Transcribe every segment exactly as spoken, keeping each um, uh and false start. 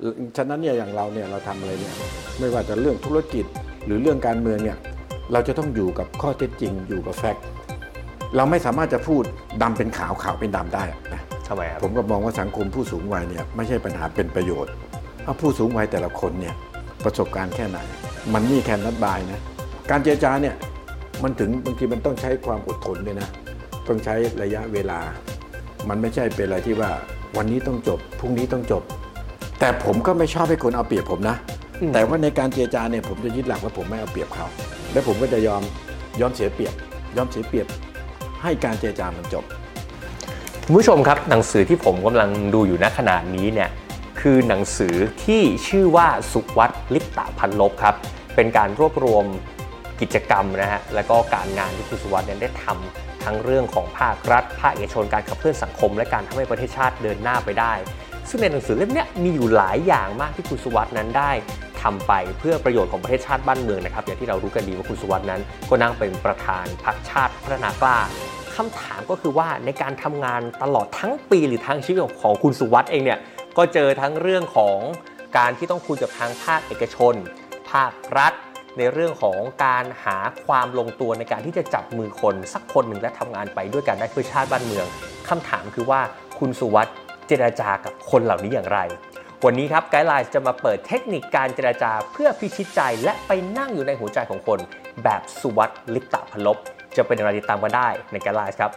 ฉะนั้นเนี่ยอย่างเราเนี่ยเราทำอะไรเนี่ยไม่ว่าจะเรื่องธุรกิจหรือเรื่องการเมืองเนี่ยเราจะต้องอยู่กับข้อเท็จจริงอยู่กับแฟกต์เราไม่สามารถจะพูดดำเป็นขาวขาวเป็นดำได้นะทำไมครับผมก็มองว่าสังคมผู้สูงวัยเนี่ยไม่ใช่ปัญหาเป็นประโยชน์เพราะผู้สูงวัยแต่ละคนเนี่ยประสบการณ์แค่ไหนมันนี่แค่นัดบายนะการเจรจาเนี่ยมันถึงบางทีมันต้องใช้ความอดทนด้วยนะต้องใช้ระยะเวลามันไม่ใช่เป็นอะไรที่ว่าวันนี้ต้องจบพรุ่งนี้ต้องจบแต่ผมก็ไม่ชอบให้คนเอาเปรียบผมนะแต่ว่าในการเจรจาเนี่ยผมจะยึดหลักว่าผมไม่เอาเปรียบเขาและผมก็จะยอมยอมเสียเปรียบยอมเสียเปรียบให้การเจรจามันจบคุณผู้ชมครับหนังสือที่ผมกำลังดูอยู่ณขณะนี้เนี่ยคือหนังสือที่ชื่อว่าสุวัฒน์ ลิปตะพันลบครับเป็นการรวบรวมกิจกรรมนะฮะและก็การงานที่คุณสุวัฒน์ได้ทำทั้งเรื่องของภาครัฐภาคเอกชนการขับเคลื่อนสังคมและการทำให้ประเทศชาติเดินหน้าไปได้ซึ่งในหนังสือเล่มนี้มีอยู่หลายอย่างมากที่คุณสุวัฒน์นั้นได้ทำไปเพื่อประโยชน์ของประเทศชาติบ้านเมืองนะครับอย่างที่เรารู้กันดีว่าคุณสุวัฒน์นั้นก็นั่งเป็นประธานพรรคชาติพัฒนากล้าคำถามก็คือว่าในการทำงานตลอดทั้งปีหรือทั้งชีวิตของคุณสุวัฒน์เองเนี่ยก็เจอทั้งเรื่องของการที่ต้องคุยกับทางภาคเอกชนภาครัฐในเรื่องของการหาความลงตัวในการที่จะจับมือคนสักคนหนึ่งและทำงานไปด้วยกันได้เพื่อชาติบ้านเมืองคำถามคือว่าคุณสุวัฒน์เจรจากับคนเหล่านี้อย่างไรวันนี้ครับไกด์ไลน์จะมาเปิดเทคนิคการเจรจาเพื่อพิชิตใจและไปนั่งอยู่ในหัวใจของคนแบบสุวัฒน์ ลิปตะพันลบจะเป็นอะไรติดตามกันได้ในไกด์ไลน์ครับ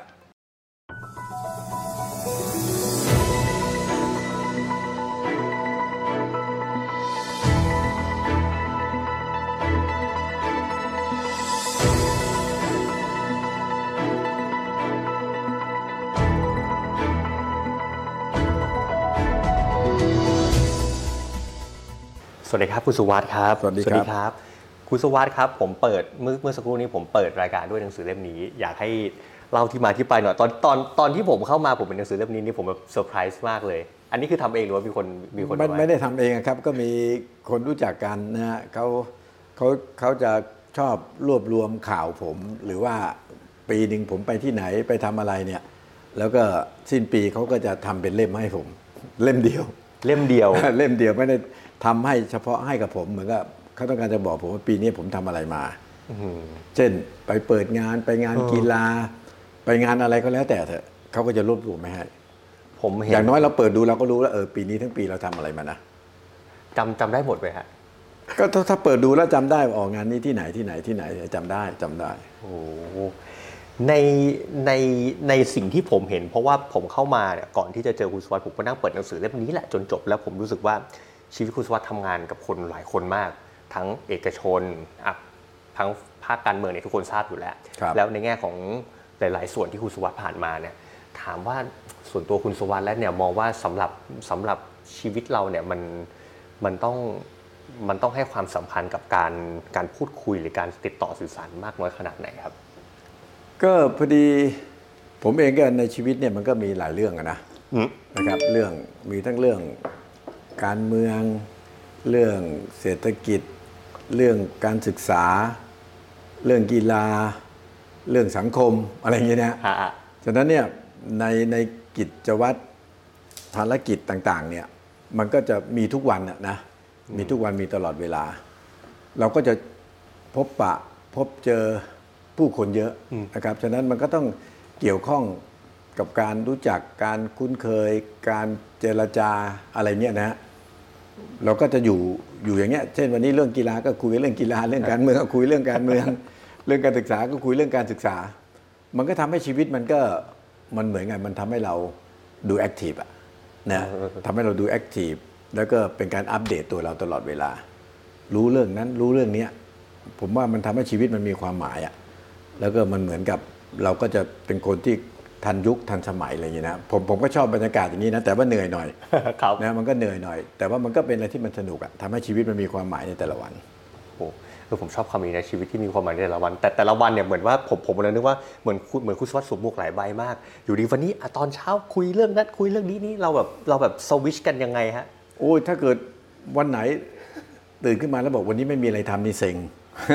สวัสดีครับคุณสุวัฒน์ครับสวัสดีครับคุณสุวัฒน์ครับผมเปิดเมื่อเมื่อสักครู่นี้ผมเปิดรายการด้วยหนังสือเล่มนี้อยากให้เล่าที่มาที่ไปหน่อยตอนตอนตอนที่ผมเข้ามาผมเป็นหนังสือเล่มนี้นี่ผมแบบเซอร์ไพรส์มากเลยอันนี้คือทำเองหรือว่ามีคนมีคนไม่ไม่ได้ทำเองครับก็มีคนรู้จักกันนะฮะเขาเขาเขาจะชอบรวบรวมข่าวผมหรือว่าปีหนึ่งผมไปที่ไหนไปทำอะไรเนี่ยแล้วก็สิ้นปีเขาก็จะทำเป็นเล่มให้ผมเล่มเดียวเล่มเดียวเล่มเดียวไม่ได้ทำให้เฉพาะให้กับผมเหมือนกับเขาต้องการจะบอกผมว่าปีนี้ผมทำอะไรมาเช่นไปเปิดงานไปงานกีฬาไปงานอะไรก็แล้วแต่เถอะเขาก็จะรวบรวมไม่ให้ผมเห็นอย่างน้อยเราเปิดดูเราก็รู้แล้วเออปีนี้ทั้งปีเราทำอะไรมานะจำจำได้หมดไหมฮะก็ถ้าถ้าเปิดดูแล้วจำได้ออกงานนี้ที่ไหนที่ไหนที่ไหนจำได้จำได้โอ้ในในในสิ่งที่ผมเห็นเพราะว่าผมเข้ามาเนี่ยก่อนที่จะเจอคุณสุวัฒน์ผมก็นั่งเปิดหนังสือเล่มนี้แหละจนจบแล้วผมรู้สึกว่าชีวิตคุณสุวัฒน์ทำงานกับคนหลายคนมากทั้งเอกชนทั้งภาคการเมืองเนี่ยทุกคนทราบอยู่แล้วแล้วในแง่ของหลายๆส่วนที่คุณสุวัฒน์ผ่านมาเนี่ยถามว่าส่วนตัวคุณสุวัฒน์แล้วเนี่ยมองว่าสำหรับสำหรับชีวิตเราเนี่ยมันมันต้องมันต้องให้ความสำคัญกับการการพูดคุยหรือการติดต่อสื่อสารมากน้อยขนาดไหนครับก็พอดีผมเองก็ในชีวิตเนี่ยมันก็มีหลายเรื่องนะนะครับเรื่องมีทั้งเรื่องการเมืองเรื่องเศรษฐกิจเรื่องการศึกษาเรื่องกีฬาเรื่องสังคมอะไรอย่างเงี้ยนะฉะนั้นเนี่ยในในกิจวัตรภารกิจต่างๆเนี่ยมันก็จะมีทุกวันนะมีทุกวันมีตลอดเวลาเราก็จะพบปะพบเจอผู้คนเยอะนะครับฉะนั้นมันก็ต้องเกี่ยวข้องกับการรู้จักการคุ้นเคยการเจรจาอะไรเงี้ยนะฮะเราก็จะอยู่อยู่อย่างเงี้ยเช่นวันนี้เรื่องกีฬาก็คุยเรื่องกีฬาเรื่องการเมืองก็คุยเรื่องการเมืองเรื่องการศึกษาก็คุยเรื่องการศึกษามันก็ทำให้ชีวิตมันก็มันเหมือนไงมันทำให้เราดูแอคทีฟอะนะทำให้เราดูแอคทีฟแล้วก็เป็นการอัปเดตตัวเราตลอดเวลารู้เรื่องนั้นรู้เรื่องนี้ผมว่ามันทำให้ชีวิตมันมีความหมายอะแล้วก็มันเหมือนกับเราก็จะเป็นคนที่ทันยุคทันสมัยอะไรอย่างนี้นะผมผมก็ชอบบรรยากาศอย่างนี้นะแต่ว่าเหนื่อยหน่อยนะมันก็เหนื่อยหน่อยแต่ว่ามันก็เป็นอะไรที่มันสนุกอะทำให้ชีวิตมันมีความหมายในแต่ละวันโอ้คือผมชอบคำนี้นะชีวิตที่มีความหมายในแต่ละวันแต่แต่ละวันเนี่ยเหมือนว่าผมผมเลยนึกว่าเหมือนเหมือนคุณสุวัฒน์สวมหมวกหลายใบมากอยู่ดีวันนี้ตอนเช้าคุยเรื่องนั้นคุยเรื่องนี้นี่เราแบบเราแบบสวิชกันยังไงฮะโอ้ยถ้าเกิดวันไหนตื่นขึ้นมาแล้วบอกวันนี้ไม่มีอะไรทำนี่เซ็ง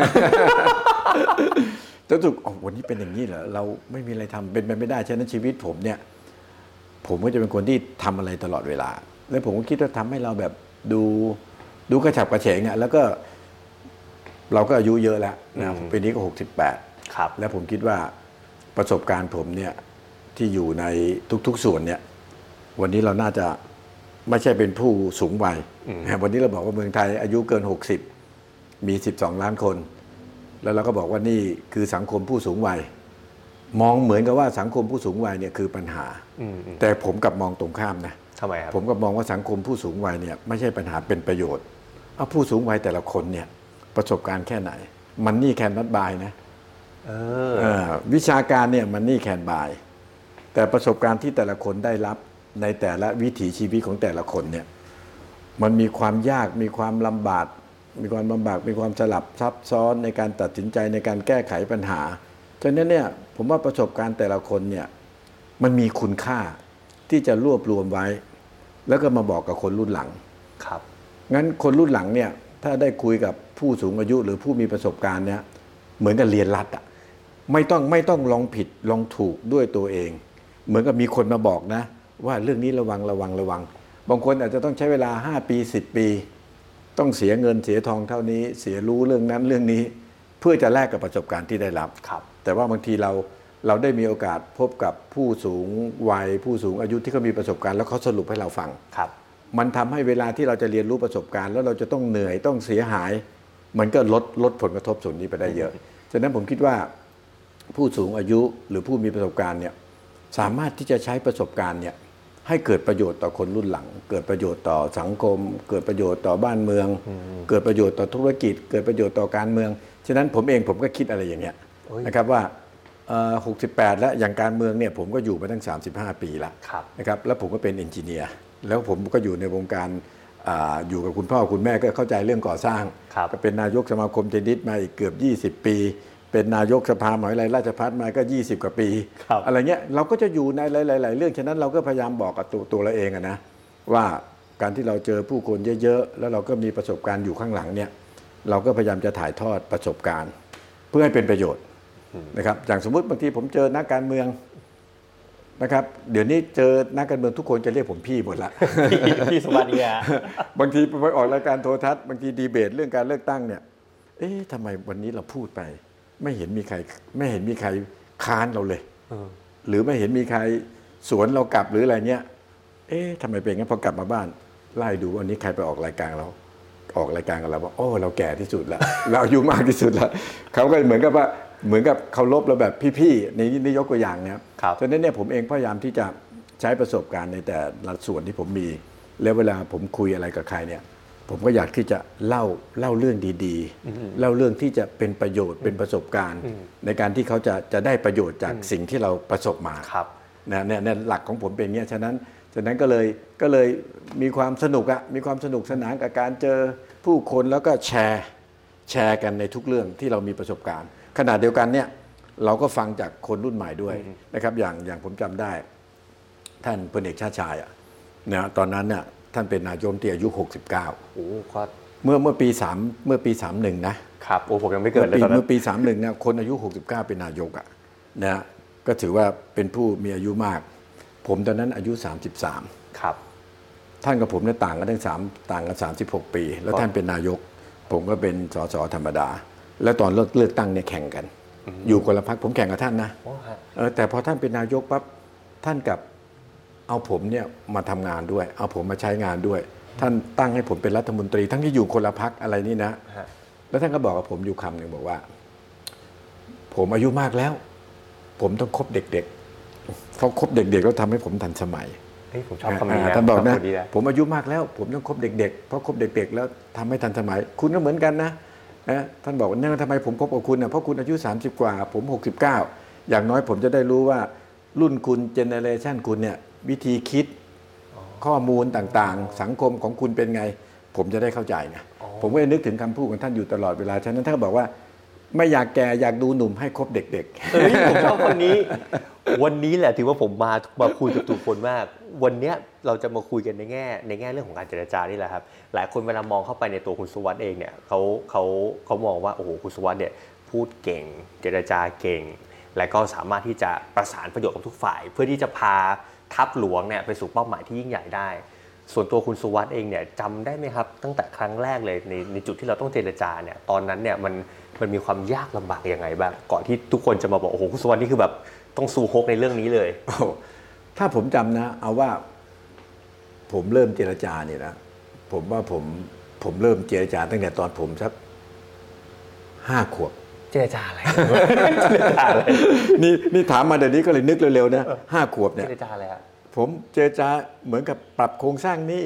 แต่รู้สึกอ๋อวันนี้เป็นอย่างนี้เหรอเราไม่มีอะไรทำเป็นไปไม่ได้ฉะนั้นชีวิตผมเนี่ยผมก็จะเป็นคนที่ทำอะไรตลอดเวลาแล้วผมก็คิดว่าทำให้เราแบบดูดูกระฉับกระเฉงอ่ะแล้วก็เราก็อายุเยอะแล้วนะปีนี้ก็หกสิบแปดครับและผมคิดว่าประสบการณ์ผมเนี่ยที่อยู่ในทุกๆส่วนเนี่ยวันนี้เราน่าจะไม่ใช่เป็นผู้สูงวัยวันนี้เราบอกว่าเมืองไทยอายุเกินหกสิบมีสิบสองล้านคนแล้วเราก็บอกว่านี่คือสังคมผู้สูงวัยมองเหมือนกับว่าสังคมผู้สูงวัยเนี่ยคือปัญหาแต่ผมกลับมองตรงข้ามนะทำไมครับผมก็มองว่าสังคมผู้สูงวัยเนี่ยไม่ใช่ปัญหาเป็นประโยชน์เอาผู้สูงวัยแต่ละคนเนี่ยประสบการณ์แค่ไหนมันนี่แคนนัดบายนะเออเออวิชาการเนี่ยมันนี่แคนบายแต่ประสบการณ์ที่แต่ละคนได้รับในแต่ละวิถีชีวิตของแต่ละคนเนี่ยมันมีความยากมีความลำบากมีความลำบากมีความสลับซับซ้อนในการตัดสินใจในการแก้ไขปัญหาฉะนั้นเนี่ยผมว่าประสบการณ์แต่ละคนเนี่ยมันมีคุณค่าที่จะรวบรวมไว้แล้วก็มาบอกกับคนรุ่นหลังครับงั้นคนรุ่นหลังเนี่ยถ้าได้คุยกับผู้สูงอายุหรือผู้มีประสบการณ์เนี่ยเหมือนกับเรียนรัดอ่ะไม่ต้องไม่ต้องลองผิดลองถูกด้วยตัวเองเหมือนกับมีคนมาบอกนะว่าเรื่องนี้ระวังระวังระวังบางคนอาจจะต้องใช้เวลาห้าปีสิบปีต้องเสียเงินเสียทองเท่านี้เสียรู้เรื่องนั้นเรื่องนี้เพื่อจะแลกกับประสบการณ์ที่ได้รับครับแต่ว่าบางทีเราเราได้มีโอกาสพบกับผู้สูงวัยผู้สูงอายุที่เขามีประสบการณ์แล้วเขาสรุปให้เราฟังครับมันทำให้เวลาที่เราจะเรียนรู้ประสบการณ์แล้วเราจะต้องเหนื่อยต้องเสียหายมันก็ลดลดผลกระทบส่วนนี้ไปได้เยอะฉะนั้นผมคิดว่าผู้สูงอายุหรือผู้มีประสบการณ์เนี่ยสามารถที่จะใช้ประสบการณ์เนี่ยให้เกิดประโยชน์ต่อคนรุ่นหลังเกิดประโยชน์ต่อสังคมเกิดประโยชน์ต่อบ้านเมืองเกิดประโยชน์ต่อธุรกิจเกิดประโยชน์ต่อการเมืองฉะนั้นผมเองผมก็คิดอะไรอย่างเงี้ยนะครับว่าหกสิบแปดแล้วอย่างการเมืองเนี่ยผมก็อยู่มาตั้งสามสิบห้าปีแล้วนะครับแล้วผมก็เป็นเอนจิเนียร์แล้วผมก็อยู่ในวงการ อ, อยู่กับคุณพ่อคุณแม่ก็เข้าใจเรื่องก่อสร้างก็เป็นนายกสมาคมเทนนิสมาอีกเกือบยี่สิบปีเป็นนายกสภามหาวิทยาลัยราชภัฏมาก็ยี่สิบกว่าปีอะไรเงี้ยเราก็จะอยู่ในหลายๆเรื่องฉะนั้นเราก็พยายามบอกกับตัวตัวเราเองนะว่าการที่เราเจอผู้คนเยอะๆแล้วเราก็มีประสบการณ์อยู่ข้างหลังเนี่ยเราก็พยายามจะถ่ายทอดประสบการณ์เพื่อให้เป็นประโยชน์นะครับอย่างสมมุติบางทีผมเจอนักการเมืองนะครับเดี๋ยวนี้เจอนักการเมืองทุกคนจะเรียกผมพี่หมดละพี่สวัสดีอ่ะบางทีไปออกรายการโทรทัศน์บางทีดีเบตเรื่องการเลือกตั้งเนี่ยเอ๊ะทำไมวันนี้เราพูดไปไม่เห็นมีใครไม่เห็นมีใครค้านเราเลยหรือไม่เห็นมีใครสวนเรากลับหรืออะไรเงี้ยเอ๊ะทำไมเป็นงั้นพอกลับมาบ้านไล่ดูวันนี้ใครไปออกรายการเราออกรายการกับเราว่าโอ้เราแก่ที่สุดแล้วเราอายุมากที่สุดแล้วเขาก็เหมือนกับว่าเหมือนกับเคารพเราแบบพี่ๆในนี่ยกตัวอย่างเนี่ยฉะนั้นเนี่ยผมเองพยายามที่จะใช้ประสบการณ์ในแต่ละส่วนที่ผมมีแล้วเวลาผมคุยอะไรกับใครเนี่ยผมก็อยากที่จะเล่าเล่าเรื่องดีๆเล่าเรื่องที่จะเป็นประโยชน์เป็นประสบการณ์ในการที่เขาจะจะได้ประโยชน์จากสิ่งที่เราประสบมานะเนี่ยเนี่ยหลักของผมเป็นอย่างนี้ฉะนั้นฉะนั้นก็เลยก็เลยมีความสนุกอะมีความสนุกสนานกับการเจอผู้คนแล้วก็แชร์แชร์กันในทุกเรื่องที่เรามีประสบการณ์ขณะเดียวกันเนี่ยเราก็ฟังจากคนรุ่นใหม่ด้วยนะครับอย่างอย่างผมจำได้ท่านพลเอกชาติชายอ่ะนะตอนนั้นเนี่ยท่านเป็นนายกที่อายุหกสิบเก้าโอ้ก็เมื่อเมื่อปีสามเมื่อปีสามสิบเอ็ดนะครับโอ้ผมยังไม่เกิดเลยตอนนั้นเมื่อปีสามสิบเอ็ดเนี่ยคนอายุหกสิบเก้าเป็นนายกอ่ะนะก็ถือว่าเป็นผู้มีอายุมากผมตอนนั้นอายุสามสิบสามครับท่านกับผมเนี่ยต่างกันทั้งสามต่างกันสามสิบหกปีแล้วท่านเป็นนายกผมก็เป็นสสธรรมดาแล้วตอนเลือกเลือกตั้งเนี่ยแข่งกันอยู่คนละพรรคผมแข่งกับท่านนะเออแต่พอท่านเป็นนายกปั๊บท่านกับเอาผมเนี่ยมาทำงานด้วยเอาผมมาใช้งานด้วยท่านตั้งให้ผมเป็นรัฐมนตรีทั้งที่อยู่คนละพรรคอะไรนี่นะแล้วท่านก็บอกกับผมอยู่คำหนึ่งบอกว่าผมอายุมากแล้วผมต้องคบเด็กๆเพราะคบเด็กๆแล้วทำให้ผมทันสมัยผมชอบคำนี้นะท่านบอกนะผมอายุมากแล้วผมต้องคบเด็กๆเพราะคบเด็กๆแล้วทำให้ทันสมัยคุณก็เหมือนกันนะนะท่านบอกว่าเนี่ยทำไมผมคบกับคุณนะเพราะคุณอายุสามสิบกว่าผมหกสิบเก้าอย่างน้อยผมจะได้รู้ว่ารุ่นคุณเจเนเรชันคุณเนี่ยวิธีคิดข้อมูลต่างๆสังคมของคุณเป็นไงผมจะได้เข้าใจไงผมก็นึกถึงคำพูดของท่านอยู่ตลอดเวลาฉะนั้นท่านบอกว่าไม่อยากแก่อยากดูหนุ่มให้คบเด็กๆเฮ้ยผมชอบคนนี้วันนี้แหละถือว่าผมมามาคุยกับทุกคนมากวันนี้เราจะมาคุยกันในแง่ในแง่เรื่องของการเจรจานี่แหละครับหลายคนเวลามองเข้าไปในตัวคุณสุวัสด์เองเนี่ยเขาเขาเขามองว่าโอ้โหคุณสุวัสด์เนี่ยพูดเก่งเจรจาเก่งและก็สามารถที่จะประสานประโยชน์กับทุกฝ่ายเพื่อที่จะพาทัพหลวงเนี่ยไปสู่เป้าหมายที่ยิ่งใหญ่ได้ส่วนตัวคุณสุวัสด์เองเนี่ยจำได้ไหมครับตั้งแต่ครั้งแรกเลยในในจุดที่เราต้องเจรจาเนี่ยตอนนั้นเนี่ยมันมันมีความยากลำบากยังไงบ้างก่อนที่ทุกคนจะมาบอกโอ้โหคุณสุวัสด์นี่คือแบบต้องสู้ฮกในเรื่องนี้เลยโอ้ถ้าผมจำนะเอาว่าผมเริ่มเจรจาเนี่ยนะผมว่าผมผมเริ่มเจรจาตั้งแต่ตอนผมสักห้าขวบเจรจาอะไรเจรจาอะไรนี่นี่ถามมาเดี๋ยวนี้ก็เลยนึกเร็วๆนะห้าขวบเนี่ยเจรจาอะไรอะผมเจรจาเหมือนกับปรับโครงสร้างหนี้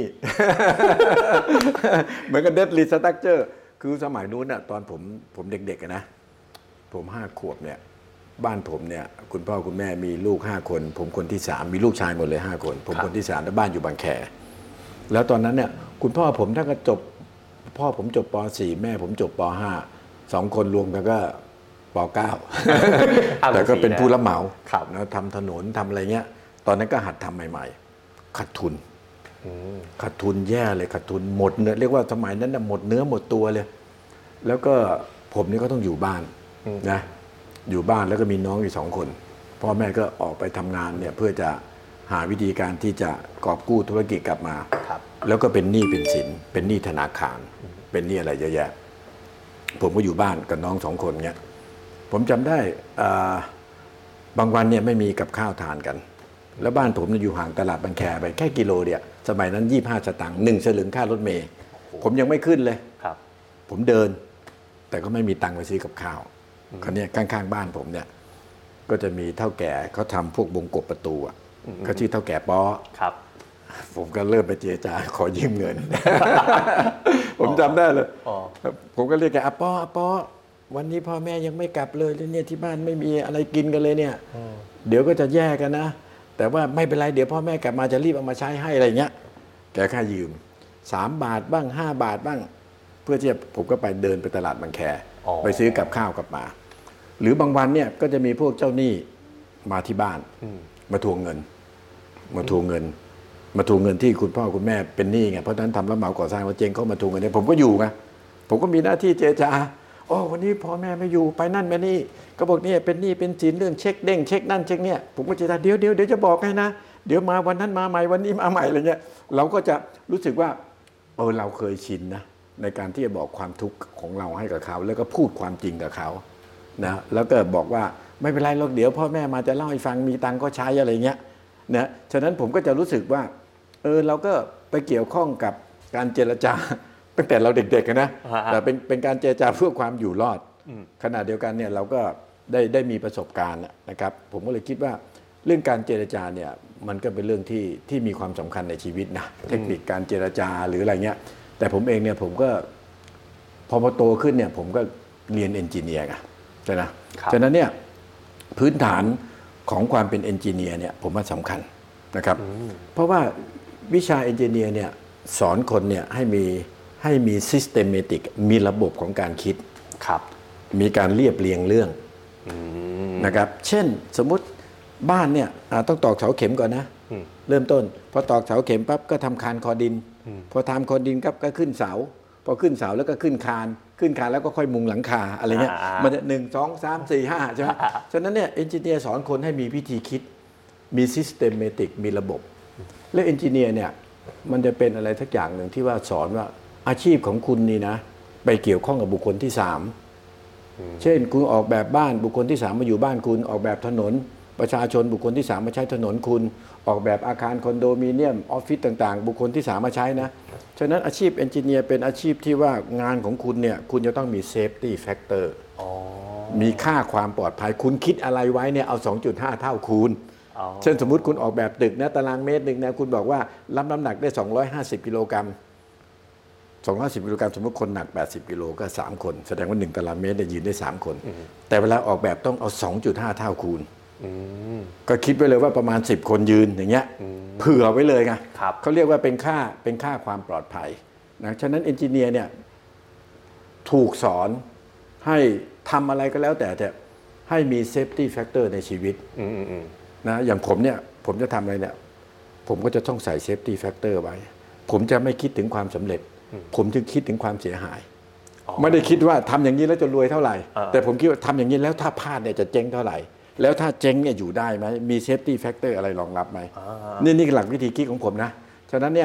เหมือนกับเดดลิสตั๊กเจอร์คือสมัยนู้นน่ะตอนผมผมเด็กๆนะผมห้าขวบเนี่ยบ้านผมเนี่ยคุณพ่อคุณแม่มีลูกห้าคนผมคนที่สามมีลูกชายหมดเลยห้าคนผมคนที่สามแล้วบ้านอยู่บางแคแล้วตอนนั้นเนี่ยคุณพ่อผมถ้าก็จบพ่อผมจบป .สี่ แม่ผมจบป .ห้า สองคนรวมกันก็ป .เก้า แต่ก็เป็นผู้รับเหมานะทำถนนทำอะไรเงี้ยตอนนั้นก็หัดทำใหม่ๆขาดทุนขาดทุนแย่เลยขาดทุนหมดเนื้อเรียกว่าสมัยนั้นน่ะหมดเนื้อหมดตัวเลยแล้วก็ผมนี่ก็ต้องอยู่บ้านนะอยู่บ้านแล้วก็มีน้องอีกสองคนพ่อแม่ก็ออกไปทำงานเนี่ยเพื่อจะหาวิธีการที่จะกอบกู้ธุรกิจกลับมาแล้วก็เป็นหนี้เป็นสินเป็นหนี้ธนาคารเป็นหนี้อะไรเยอะแยะผมก็อยู่บ้านกับน้องสองคนเงี้ยผมจำได้บางวันเนี่ยไม่มีกับข้าวทานกันแล้วบ้านผมอยู่ห่างตลาดบางแคไปแค่กิโลเดียวสมัยนั้นยี่สิบห้าสตางค์หนึ่งสลึงค่ารถเมล์ผมยังไม่ขึ้นเลยผมเดินแต่ก็ไม่มีตังค์ไปซื้อกับข้าวคราวนี้ข้างๆบ้านผมเนี่ยก็จะมีเท่าแก่เขาทำพวกบงกบประตูอ่ะเขาชื่อเท่าแก่ป้อครับผมก็เริ่มไปเจรจาขอยืมเงิน ผมจำได้เลยผมก็เรียกแกอ่ะป้อป้อวันนี้พ่อแม่ยังไม่กลับเลยเนี่ยที่บ้านไม่มีอะไรกินกันเลยเนี่ยเดี๋ยวก็จะแยกกันนะแต่ว่าไม่เป็นไรเดี๋ยวพ่อแม่กลับมาจะรีบเอามาใช้ให้อะไรเงี้ยแกค่ายืมสามบาทบ้างห้าบาทบ้างเพื่อที่ผมก็ไปเดินไปตลาดบางแคไปซื้อกับข้าวกลับมาหรือบางวันเนี่ยก็จะมีพวกเจ้าหนี้มาที่บ้านมาทวงเงินมาทวงเงินมาทวงเงินที่คุณพ่อคุณแม่เป็นหนี้ไงเพราะฉะนั้นทำรับเหมาก่อสร้างว่าเจ๊งเขามาทวงเงินเนี่ยผมก็อยู่ไงผมก็มีหน้าที่เจรจาโอ้วันนี้พ่อแม่ไม่อยู่ไปนั่นไปนี่ก็บอกเนี่ยเป็นหนี้เป็นสินเรื่องเช็คเด้งเช็คนั่นเช็คเนี่ยผมก็เจรจาเดี๋ยวเดี๋ยวเดี๋ยวจะบอกให้นะเดี๋ยวมาวันนั้นมาใหม่วันนี้มาใหม่อะไรเงี้ยเราก็จะรู้สึกว่าเออเราเคยชินนะในการที่จะบอกความทุกข์ของเราให้กับเขาแล้วก็พูดความจริงกับเขานะแล้วก็บอกว่าไม่เป็นไรหรอกเดี๋ยวพ่อแม่มาจะเล่าให้ฟังมีตังก็ใช้อะไรเงี้ยนะฉะนั้นผมก็จะรู้สึกว่าเออเราก็ไปเกี่ยวข้องกับการเจรจาตั้งแต่เราเด็กๆนะแต่เป็นเป็นการเจรจาเพื่อความอยู่รอดขณะเดียวกันเนี่ยเราก็ได้ได้มีประสบการณ์นะครับผมก็เลยคิดว่าเรื่องการเจรจาเนี่ยมันก็เป็นเรื่องที่ที่มีความสำคัญในชีวิตนะเทคนิคการเจรจาหรืออะไรเงี้ยแต่ผมเองเนี่ยผมก็พอพอโตขึ้นเนี่ยผมก็เรียนเอนจิเนียร์ไงใช่ไหมฉะนั้นเนี่ยพื้นฐานของความเป็นเอนจิเนียร์เนี่ยผมว่าสำคัญนะครับเพราะว่าวิชาเอนจิเนียร์เนี่ยสอนคนเนี่ยให้มีให้มี systematic มีระบบของการคิดครับมีการเรียบเรียงเรื่องนะครับเช่นสมมุติบ้านเนี่ยต้องตอกเสาเข็มก่อนนะเริ่มต้นพอตอกเสาเข็มปั๊บก็ทำคานคอดินพอทำคอดินครับก็ขึ้นเสาพอขึ้นเสาแล้วก็ขึ้นคานขึ้นคานแล้วก็ค่อยมุงหลังคาอะไรเงี้ยมันจะหนึ่งสองสามสี่ห้าใช่ไหมฉะนั้นเนี่ยเอนจิเนียร์สอนคนให้มีวิธีคิดมี systematic มีระบบและเอนจิเนียร์เนี่ยมันจะเป็นอะไรสักอย่างหนึ่งที่ว่าสอนว่าอาชีพของคุณนี่นะไปเกี่ยวข้องกับบุคคลที่สามเช่นคุณออกแบบบ้านบุคคลที่สามมาอยู่บ้านคุณออกแบบถนนประชาชนบุคคลที่สามมาใช้ถนนคุณออกแบบอาคารคอนโดมิเนียมออฟฟิศต่างๆบุคคลที่สามมาใช้นะฉะนั้นอาชีพเอนจิเนียร์เป็นอาชีพที่ว่างานของคุณเนี่ยคุณจะต้องมีเซฟตี้แฟกเตอร์มีค่าความปลอดภัยคุณคิดอะไรไว้เนี่ยเอา สองจุดห้า เท่าคูณเช่นสมมุติคุณออกแบบตึกนะตารางเมตรหนึ่งนะคุณบอกว่ารับน้ำหนักได้สองร้อยห้าสิบกิโลกรัมสองร้อยห้าสิบกิโลกรัมสมมติคนหนักแปดสิบกิโลก็สามคนแสดงว่าหนึ่งตารางเมตรเนี่ยยืนได้สามคนแต่เวลาออกแบบต้องเอา สองจุดห้า เท่าคูณก็คิดไว้เลยว่าประมาณสิบคนยืนอย่างเงี้ยเผื่อไว้เลยไงเขาเรียกว่าเป็นค่าเป็นค่าความปลอดภัยนะฉะนั้นเอนจิเนียร์เนี่ยถูกสอนให้ทำอะไรก็แล้วแต่แต่ให้มีเซฟตี้แฟกเตอร์ในชีวิตนะอย่างผมเนี่ยผมจะทำอะไรเนี่ยผมก็จะต้องใส่เซฟตี้แฟกเตอร์ไว้ผมจะไม่คิดถึงความสำเร็จผมจะคิดถึงความเสียหายไม่ได้คิดว่าทำอย่างนี้แล้วจะรวยเท่าไหร่แต่ผมคิดว่าทำอย่างนี้แล้วถ้าพลาดเนี่ยจะเจ๊งเท่าไหร่แล้วถ้าเจ๊งเนี่ยอยู่ได้ไหมมีเซฟตี้แฟกเตอร์อะไรรองรับไหมนี่นี่คือหลักวิธีคิดของผมนะฉะนั้นเนี่ย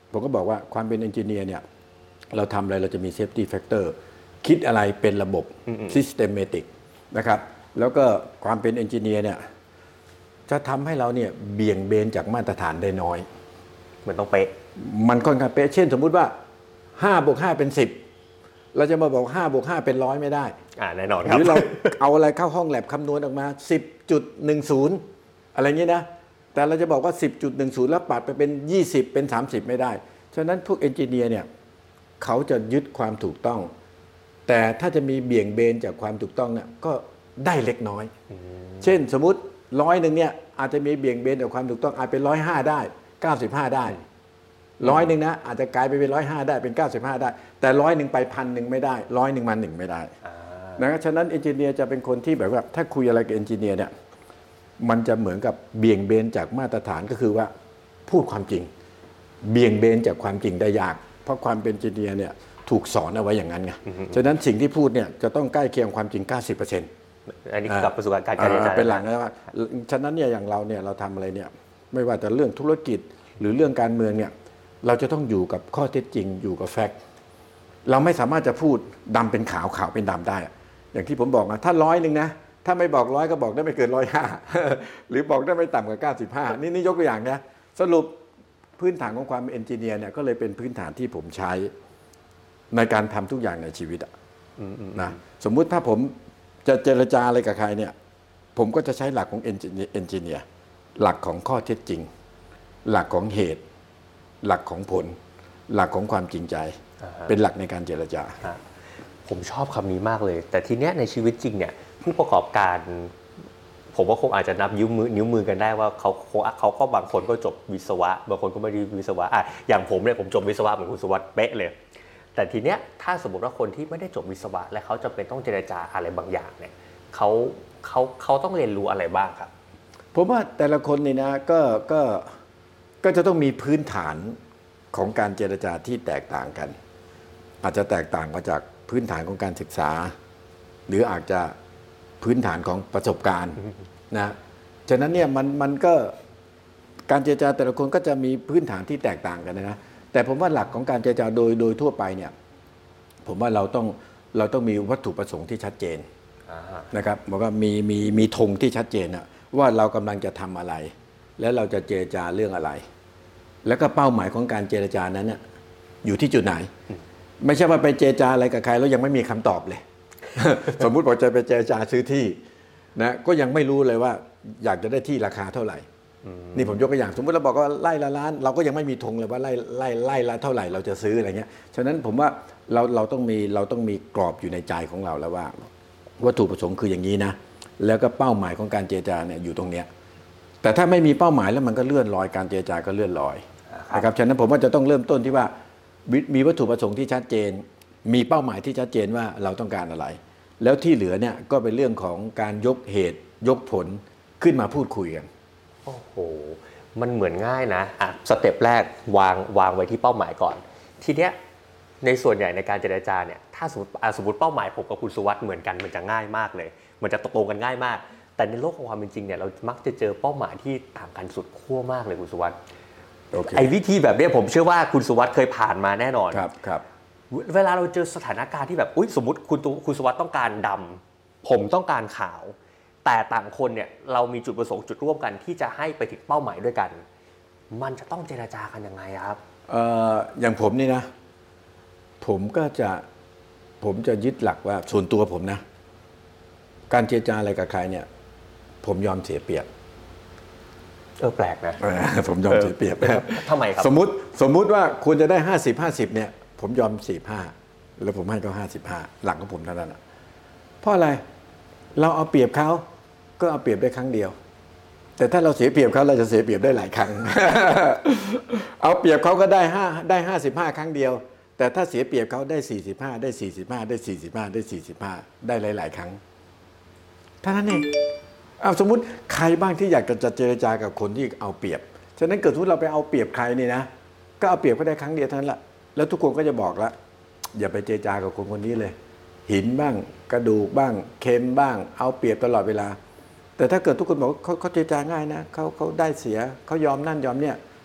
ผมก็บอกว่าความเป็นเอนจิเนียร์เนี่ยเราทำอะไรเราจะมีเซฟตี้แฟกเตอร์คิดอะไรเป็นระบบ systematic นะครับแล้วก็ความเป็นเอนจิเนียร์เนี่ยจะทำให้เราเนี่ยเบี่ยงเบนจากมาตรฐานได้น้อยเหมือนต้องเป๊ะมันค่อนข้างเป๊ะเช่นสมมุติว่าห้าบวกห้าเป็นสิบเราจะมาบอกห้าบวกห้าเป็นร้อยไม่ได้อ่าแน่นอนครับหรือเราเอาอะไรเข้าห้องแลบคำนวณออกมา สิบจุดหนึ่งศูนย์ อะไรเงี้ยนะแต่เราจะบอกว่า สิบจุดหนึ่งศูนย์ แล้วปัดไปเป็นยี่สิบเป็นสามสิบไม่ได้ฉะนั้นพวกเอนจิเนียร์เนี่ยเขาจะยึดความถูกต้อง แต่ถ้าจะมีเบี่ยงเบนจากความถูกต้องเนี่ยก็ได้เล็กน้อยเช่นสมมุติร้อยหนึ่งเนี่ยอาจจะมีเบี่ยงเบนจากความถูกต้องอาจเป็นร้อยห้าได้เก้าสิบห้าได้ร้อยหนึ่งนะอาจจะกลายไปเป็นร้อยห้าได้เป็นเก้าสิบห้าได้แต่ร้อยหนึ่งไปพันหนึ่งไม่ได้ร้อยหนึ่งมาหนึ่งไม่ได้นะฉะนั้นเอนจิเนียร์จะเป็นคนที่แบบว่าถ้าคุยอะไรกับเอนจิเนียร์เนี่ยมันจะเหมือนกับเบี่ยงเบนจากมาตรฐานก็คือว่าพูดความจริงเบี่ยงเบนจากความจริงได้ยากเพราะความเป็นเอนจิเนียร์เนี่ยถูกสอนเอาไว้อย่างนั้นไงฉะนั้นสิ่งที่พูดเนี่ยจะต้องใกล้เคียงความจริง เก้าสิบเปอร์เซ็นต์อันนี้กับประสบการณ์การเรียนเป็นหลังนะว่าฉะนั้นเนี่ยอย่างเราเนี่ยเราทำอะไรเนี่ยไม่ว่าจะเรื่องธุรกิจหรือเรื่องการเมืองเนี่ยเราจะต้องอยู่กับข้อเท็จจริงอยู่กับแฟกต์เราไม่สามารถจะพูดดำเป็นขาวขาวเป็นดำได้อย่างที่ผมบอกนะถ้าร้อยหนึ่งนะถ้าไม่บอกร้อยก็บอกได้ไม่เกินร้อยห้าหรือบอกได้ไม่ต่ำกว่าเก้าสิบห้านี่นี่ยกตัวอย่างนะสรุปพื้นฐานของความเป็นเอนจิเนียร์เนี่ยก็เลยเป็นพื้นฐานที่ผมใช้ในการทำทุกอย่างในชีวิตนะสมมุติถ้าผมจะเจรจาอะไรกับใครเนี่ยผมก็จะใช้หลักของเอนจิเนียร์หลักของข้อเท็จจริงหลักของเหตุหลักของผลหลักของความจริงใจเป็นหลักในการเจรจาผมชอบคำนี้มากเลยแต่ทีเนี้ยในชีวิตจริงเนี่ยผู้ประกอบการผมว่าคงอาจจะนับนิ้วมือนิ้วมือกันได้ว่าเขาเขาก็บางคนก็จบวิศวะบางคนก็ไม่ได้วิศวะอ่ะอย่างผมเนี่ยผมจบวิศวะเหมือนคุณสุวัสดิ์เป๊ะเลยแต่ทีเนี้ยถ้าสมมติว่าคนที่ไม่ได้จบวิศวะและเขาจำเป็นต้องเจรจาอะไรบางอย่างเนี่ยเขาเขาเขาต้องเรียนรู้อะไรบ้างครับผมว่าแต่ละคนนี่นะก็ก็ก็จะต้องมีพื้นฐานของการเจรจาที่แตกต่างกันอาจจะแตกต่างมาจากพื้นฐานของการศึกษาหรืออาจจะพื้นฐานของประสบการณ์นะฉะนั้นเนี่ยมันมันก็การเจรจาแต่ละคนก็จะมีพื้นฐานที่แตกต่างกันนะแต่ผมว่าหลักของการเจรจาโดยโดยทั่วไปเนี่ยผมว่าเราต้องเราต้องมีวัตถุประสงค์ที่ชัดเจนนะครับบอกว่ามีมีมีธงที่ชัดเจนนะว่าเรากำลังจะทำอะไรและเราจะเจรจาเรื่องอะไร แล้วก็เป้าหมายของการเจรจานั้นเนี่ยอยู่ที่จุดไหนไม่ใช่ว่าไปเจรจาอะไรกับใครแล้วยังไม่มีคำตอบเลย สมมุติบอกจะไปเจรจาซื้อที่นะก็ยังไม่รู้เลยว่าอยากจะได้ที่ราคาเท่าไหร่นี่ผมยกตัวอย่างสมมติเราบอกว่าไร่ละล้านเราก็ยังไม่มีธงเลยว่าไร่ไร่ไร่ละเท่าไหร่เราจะซื้ออะไรเงี้ยฉะนั้นผมว่าเราเราต้องมีเราต้องมีกรอบอยู่ในใจของเราแล้วว่าวัตถุประสงค์คืออย่างนี้นะแล้วก็เป้าหมายของการเจรจาเนี่ยอยู่ตรงเนี้ยแต่ถ้าไม่มีเป้าหมายแล้วมันก็เลื่อนลอยการเจรจาก็เลื่อนลอยนะครับฉะนั้นผมว่าจะต้องเริ่มต้นที่ว่ามีวัตถุประสงค์ที่ชัดเจนมีเป้าหมายที่ชัดเจนว่าเราต้องการอะไรแล้วที่เหลือเนี่ยก็เป็นเรื่องของการยกเหตุยกผลขึ้นมาพูดคุยกันโอ้โหมันเหมือนง่ายนะอ่ะสเต็ปแรกวางวางไว้ที่เป้าหมายก่อนทีเนี้ยในส่วนใหญ่ในการเจรจาเนี่ยถ้าสมมติสมมติเป้าหมายผมกับคุณสุวัสดิ์เหมือนกันมันจะง่ายมากเลยมันจะตกลงกันง่ายมากแต่ในโลกของความเป็นจริงเนี่ยเรามักจะเจอเป้าหมายที่ต่างกันสุดขั้วมากเลยคุณสุวัสดิ์ okay. ไอ้วิธีแบบนี้ผมเชื่อว่าคุณสุวัสดิ์เคยผ่านมาแน่นอนครับครับเวลาเราเจอสถานการณ์ที่แบบอุ๊ยสมมติคุณคุณสุวัสดิ์ต้องการดำผมต้องการขาวแต่ต่างคนเนี่ยเรามีจุดประสงค์จุดร่วมกันที่จะให้ไปถึงเป้าหมายด้วยกันมันจะต้องเจรจากันยังไงครับเอ่ออย่างผมนี่นะผมก็จะผมจะยึดหลักว่าส่วนตัวผมนะการเจรจาอะไรกับใครเนี่ยผมยอมเสียเปรียบเออแปลกนะผมยอมเสียเปรียบทำไมครับสมมุติสมมุติว่าควรจะได้ห้าสิบ ห้าสิบเนี่ยผมยอมสี่สิบห้าแล้วผมให้เขาห้าสิบห้าหลักของผมเท่านั้นเพราะอะไรเราเอาเปรียบเขาก็เอาเปรียบได้ครั้งเดียวแต่ถ้าเราเสียเปรียบเขาเราจะเสียเปรียบได้หลายครั้ง เอาเปรียบเขาก็ได้ห้าได้ห้าสิบห้าครั้งเดียวแต่ถ้าเสียเปรียบเขาได้สี่สิบห้าได้สี่สิบห้าได้สี่สิบห้าได้สี่สิบห้าได้หลายๆครั้งเท่านั้นเองเอาสมมุติใครบ้างที่อยากจะเจรจากับคนที่เอาเปรียบฉะนั้นเกิดทุกเราไปเอาเปรียบใครนี่นะก็เอาเปรียบก็ได้ครั้งเดียวเท่านั้นแหละแล้วทุกคนก็จะบอกละอย่าไปเจรจากับคนคนนี้เลยหินบ้างกระดูกบ้างเค็มบ้างเอาเปรียบตลอดเวลาแต่ถ้าเกิดทุกคนบอกเขาเขาเจรจาง่ายนะเขาเขาได้เสียเขายอมนั่นยอมเนี่ย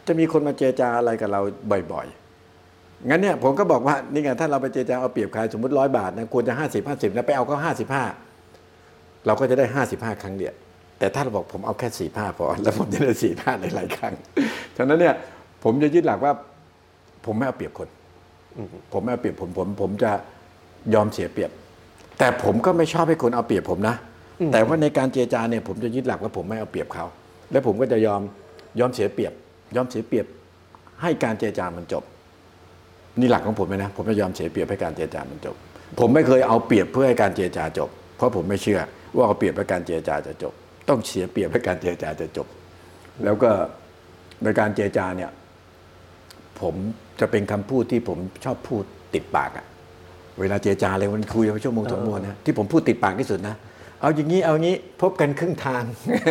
จะมีคนมาเจรจาอะไรกับเราบ่อยๆงั้นเนี่ยผมก็บอกว่านี่ไงถ้าเราไปเจรจาเอาเปรียบใครสมมติร้อยบาทนะควรจะห้าสิบห้าสิบนะไปเอาก็ห้าสิบห้าเราก็จะได้ห้าสิบห้าครั้งเดียวแต่ถ้าเราบอกผมเอาแค่สี่ห้าพอแล้วผมจะได้สี่ห้าในหลายครั้งฉะนั้นเนี่ยผมจะยึดหลักว่าผมไม่เอาเปรียบคนผมไม่เอาเปรียบผมผมผมจะยอมเสียเปรียบแต่ผมก็ไม่ชอบให้คนเอาเปรียบผมนะแต่ว่าในการเจรจาเนี่ยผมจะยึดหลักว่าผมไม่เอาเปรียบเขาและผมก็จะยอมยอมเสียเปรียบยอมเสียเปรียบให้การเจรจามันจบนี่หลักของผมเลยนะผมจะยอมเสียเปรียบให้การเจรจามันจบผมไม่เคยเอาเปรียบเพื่อให้การเจรจาจบเพราะผมไม่เชื่อว่าเอาเปรียบให้การเจรจาจะจบต้องเสียเปรียบให้การเจรจาจะจบแล้วก็ในการเจรจาเนี่ยผมจะเป็นคำพูดที่ผมชอบพูดติดปากอะเวลาเจรจาเลยวันคุยไปชั่วโมงสองชั่วโมงนะที่ผมพูดติดปากที่สุดนะเอาอย่างนี้เอาอย่างนี้พบกันครึ่งทาง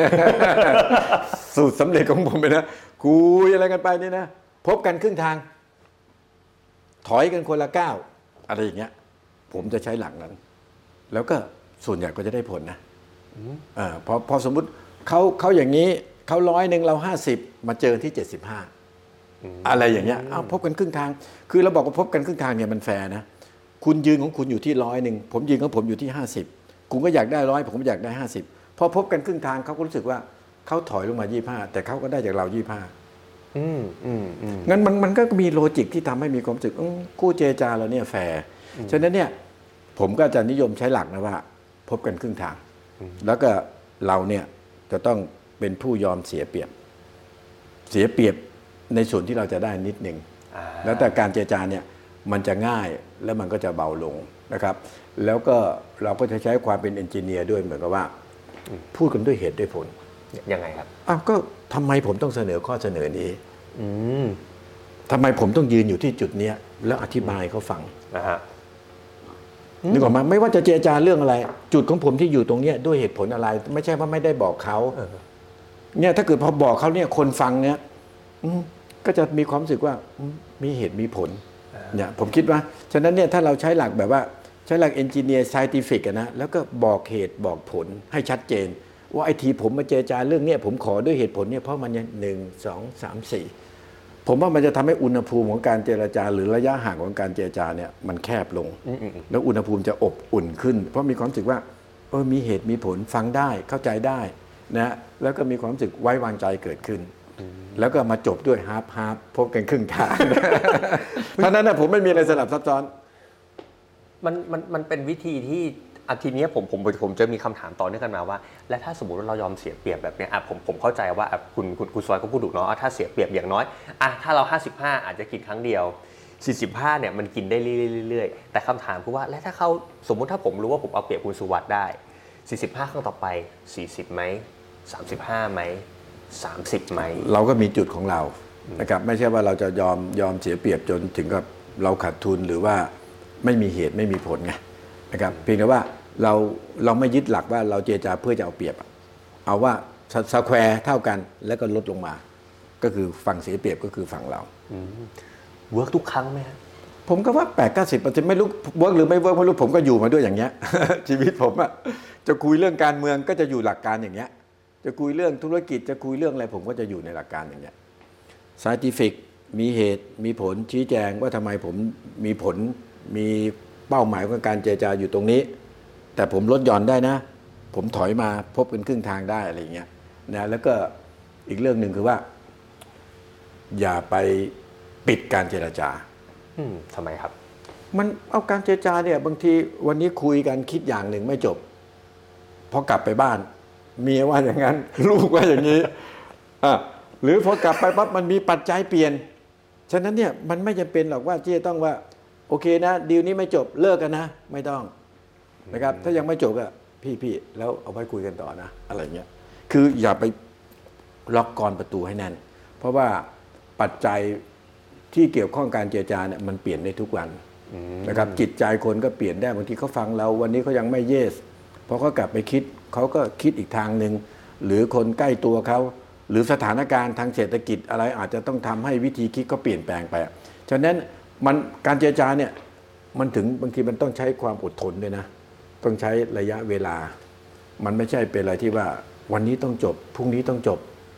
สูตรสำเร็จของผมเลยนะคุยอะไรกันไปนี่นะพบกันครึ่งทางถอยกันคนละก้าวอะไรอย่างเงี้ยผมจะใช้หลักนั้นแล้วก็ส่วนใหญ่ก็จะได้ผลนะอ่าพอพอสมมุติเขาเขาอย่างนี้เขาร้อยหนึ่งเราห้าสิบมาเจอที่เจ็ดสิบห้าอะไรอย่างเงี้ยเอาพบกันครึ่งทางคือเราบอกว่าพบกันครึ่งทางเนี่ยมันแฟร์นะคุณยืนของคุณอยู่ที่ร้อยหนึ่งผมยืนของผมอยู่ที่ห้าสิบคุณก็อยากได้ร้อยผมก็อยากได้ห้าสิบพอพบกันครึ่งทางเขาก็รู้สึกว่าเขาถอยลงมายี่ห้าแต่เขาก็ได้จากเรายี่ห้าอืมอืมอืมงั้นมันมันก็มีโลจิกที่ทำให้มีความรู้สึกคู่เจรจาเราเนี่ยแฟร์ฉะนั้นเนี่ยผมก็จะนิยมใช้หลักนะว่าพบกันครึ่งทางแล้วก็เราเนี่ยจะต้องเป็นผู้ยอมเสียเปรียบเสียเปรียบในส่วนที่เราจะได้นิดหนึ่งแล้วแต่การเจรจาเนี่ยมันจะง่ายแล้วมันก็จะเบาลงนะครับแล้วก็เราก็จะใช้ความเป็นเอนจิเนียร์ด้วยเหมือนกับว่าพูดกันด้วยเหตุด้วยผลยังไงครับอ้าวก็ทำไมผมต้องเสนอข้อเสนอนี้ทำไมผมต้องยืนอยู่ที่จุดนี้แล้วอธิบายเขาฟังนะฮะนึกออกมาไม่ว่าจะเจรจาเรื่องอะไรจุดของผมที่อยู่ตรงนี้ด้วยเหตุผลอะไรไม่ใช่ว่าไม่ได้บอกเขาเนี่ยถ้าเกิดพอบอกเขาเนี่ยคนฟังเนี่ยก็จะมีความรู้สึกว่ามีเหตุมีผลเนี่ยผมคิดว่าฉะนั้นเนี่ยถ้าเราใช้หลักแบบว่าใช้หลักเอนจิเนียร์ไซติฟิกนะแล้วก็บอกเหตุบอกผลให้ชัดเจนว่าไอ้ทีผมมาเจรจาเรื่องนี้ผมขอด้วยเหตุผลเนี่ยเพราะมันเนี่ยหนึ่งสองสามสี่ผมว่ามันจะทำให้อุณหภูมิของการเจรจาหรือระยะห่างของการเจรจาเนี่ยมันแคบลงแล้วอุณหภูมิจะอบอุ่นขึ้นเพราะมีความรู้สึกว่าเออมีเหตุมีผลฟังได้เข้าใจได้นะแล้วก็มีความรู้สึกไว้วางใจเกิดขึ้นแล้วก็มาจบด้วยฮาร์ฟฮาร์ฟพบกันครึ่งทางเพราะนั้นนะผมไม่มีอะไรสลับซับซ้อนมันมันมันเป็นวิธีที่อาทีนี้ผมผมผมจะมีคำถามต่อเนื่องกันมาว่าและถ้าสมมติว่าเรายอมเสียเปรียบแบบนี้อ่ะผมผมเข้าใจว่าคุณคุณคุณซอยก็พูดถูกเนาะถ้าเสียเปรียบอย่างน้อยอ่ะถ้าเราห้าสิบห้าอาจจะกินครั้งเดียวสี่สิบห้าเนี่ยมันกินได้เรื่อยๆแต่คำถามคือว่าและถ้าเขาสมมุติถ้าผมรู้ว่าผมเอาเปรียบคุณสุวัสด์ได้สี่สิบห้าครั้งต่อไปสี่สิบไหมสามสิบห้าไหมสามสิบไหมเราก็มีจุดของเรานะครับไม่ใช่ว่าเราจะยอมยอมเสียเปรียบจนถึงกับเราขาดทุนหรือว่าไม่มีเหตุไม่มีผลไงนะครับเพียงแต่ว่าเราเราไม่ยึดหลักว่าเราเจรจาเพื่อจะเอาเปรียบเอาว่าสแควร์เท่ากันแล้วก็ลดลงมาก็คือฝั่งเสียเปรียบก็คือฝั่งเราเวิร์กทุกครั้งไหมครับผมก็ว่าแปดเก้าสิบเปอร์เซ็นต์ไม่รู้เวิร์กหรือไม่เวิร์กไม่รู้ผมก็อยู่มาด้วยอย่างเงี้ย ชีวิตผมอะจะคุยเรื่องการเมืองก็จะอยู่หลักการอย่างเงี้ยจะคุยเรื่องธุรกิจจะคุยเรื่องอะไรผมก็จะอยู่ในหลักการอย่างเงี้ย scientific มีเหตุมีผลชี้แจงว่าทำไมผมมีผลมีเป้าหมายของการเจรจาอยู่ตรงนี้แต่ผมลดหย่อนได้นะผมถอยมาพบกันครึ่งทางได้อะไรอย่างเงี้ยนะแล้วก็อีกเรื่องหนึ่งคือว่าอย่าไปปิดการเจรจาอืมทำไมครับมันเอาการเจรจาเนี่ยบางทีวันนี้คุยกันคิดอย่างหนึ่งไม่จบพอกลับไปบ้านเมียว่าอย่างนั้นลูกว่าอย่างนี้อ่ะหรือพอกลับไปปั๊บมันมีปัจจัยเปลี่ยนฉะนั้นเนี่ยมันไม่จำเป็นหรอกว่าที่จะต้องว่าโอเคนะดีลนี้ไม่จบเลิกกันนะไม่ต้องนะครับถ้ายังไม่จบอะพี่พี่แล้วเอาไว้คุยกันต่อนะอะไรเงี้ยคืออย่าไปล็อกกรประตูให้แน่นเพราะว่าปัจจัยที่เกี่ยวข้องการเจรจาเนี่ยมันเปลี่ยนได้ทุกวันนะครับจิตใจคนก็เปลี่ยนได้บางทีเขาฟังเราวันนี้เขายังไม่เยสพอเขากลับไปคิดเขาก็คิดอีกทางหนึ่งหรือคนใกล้ตัวเขาหรือสถานการณ์ทางเศรษฐกิจอะไรอาจจะต้องทำให้วิธีคิดก็เปลี่ยนแปลงไปฉะนั้นมันการเจรจาเนี่ยมันถึงบางทีมันต้องใช้ความอดทนด้วยนะต้องใช้ระยะเวลามันไม่ใช่เป็นอะไรที่ว่าวันนี้ต้องจบพรุ่งนี้ต้องจบ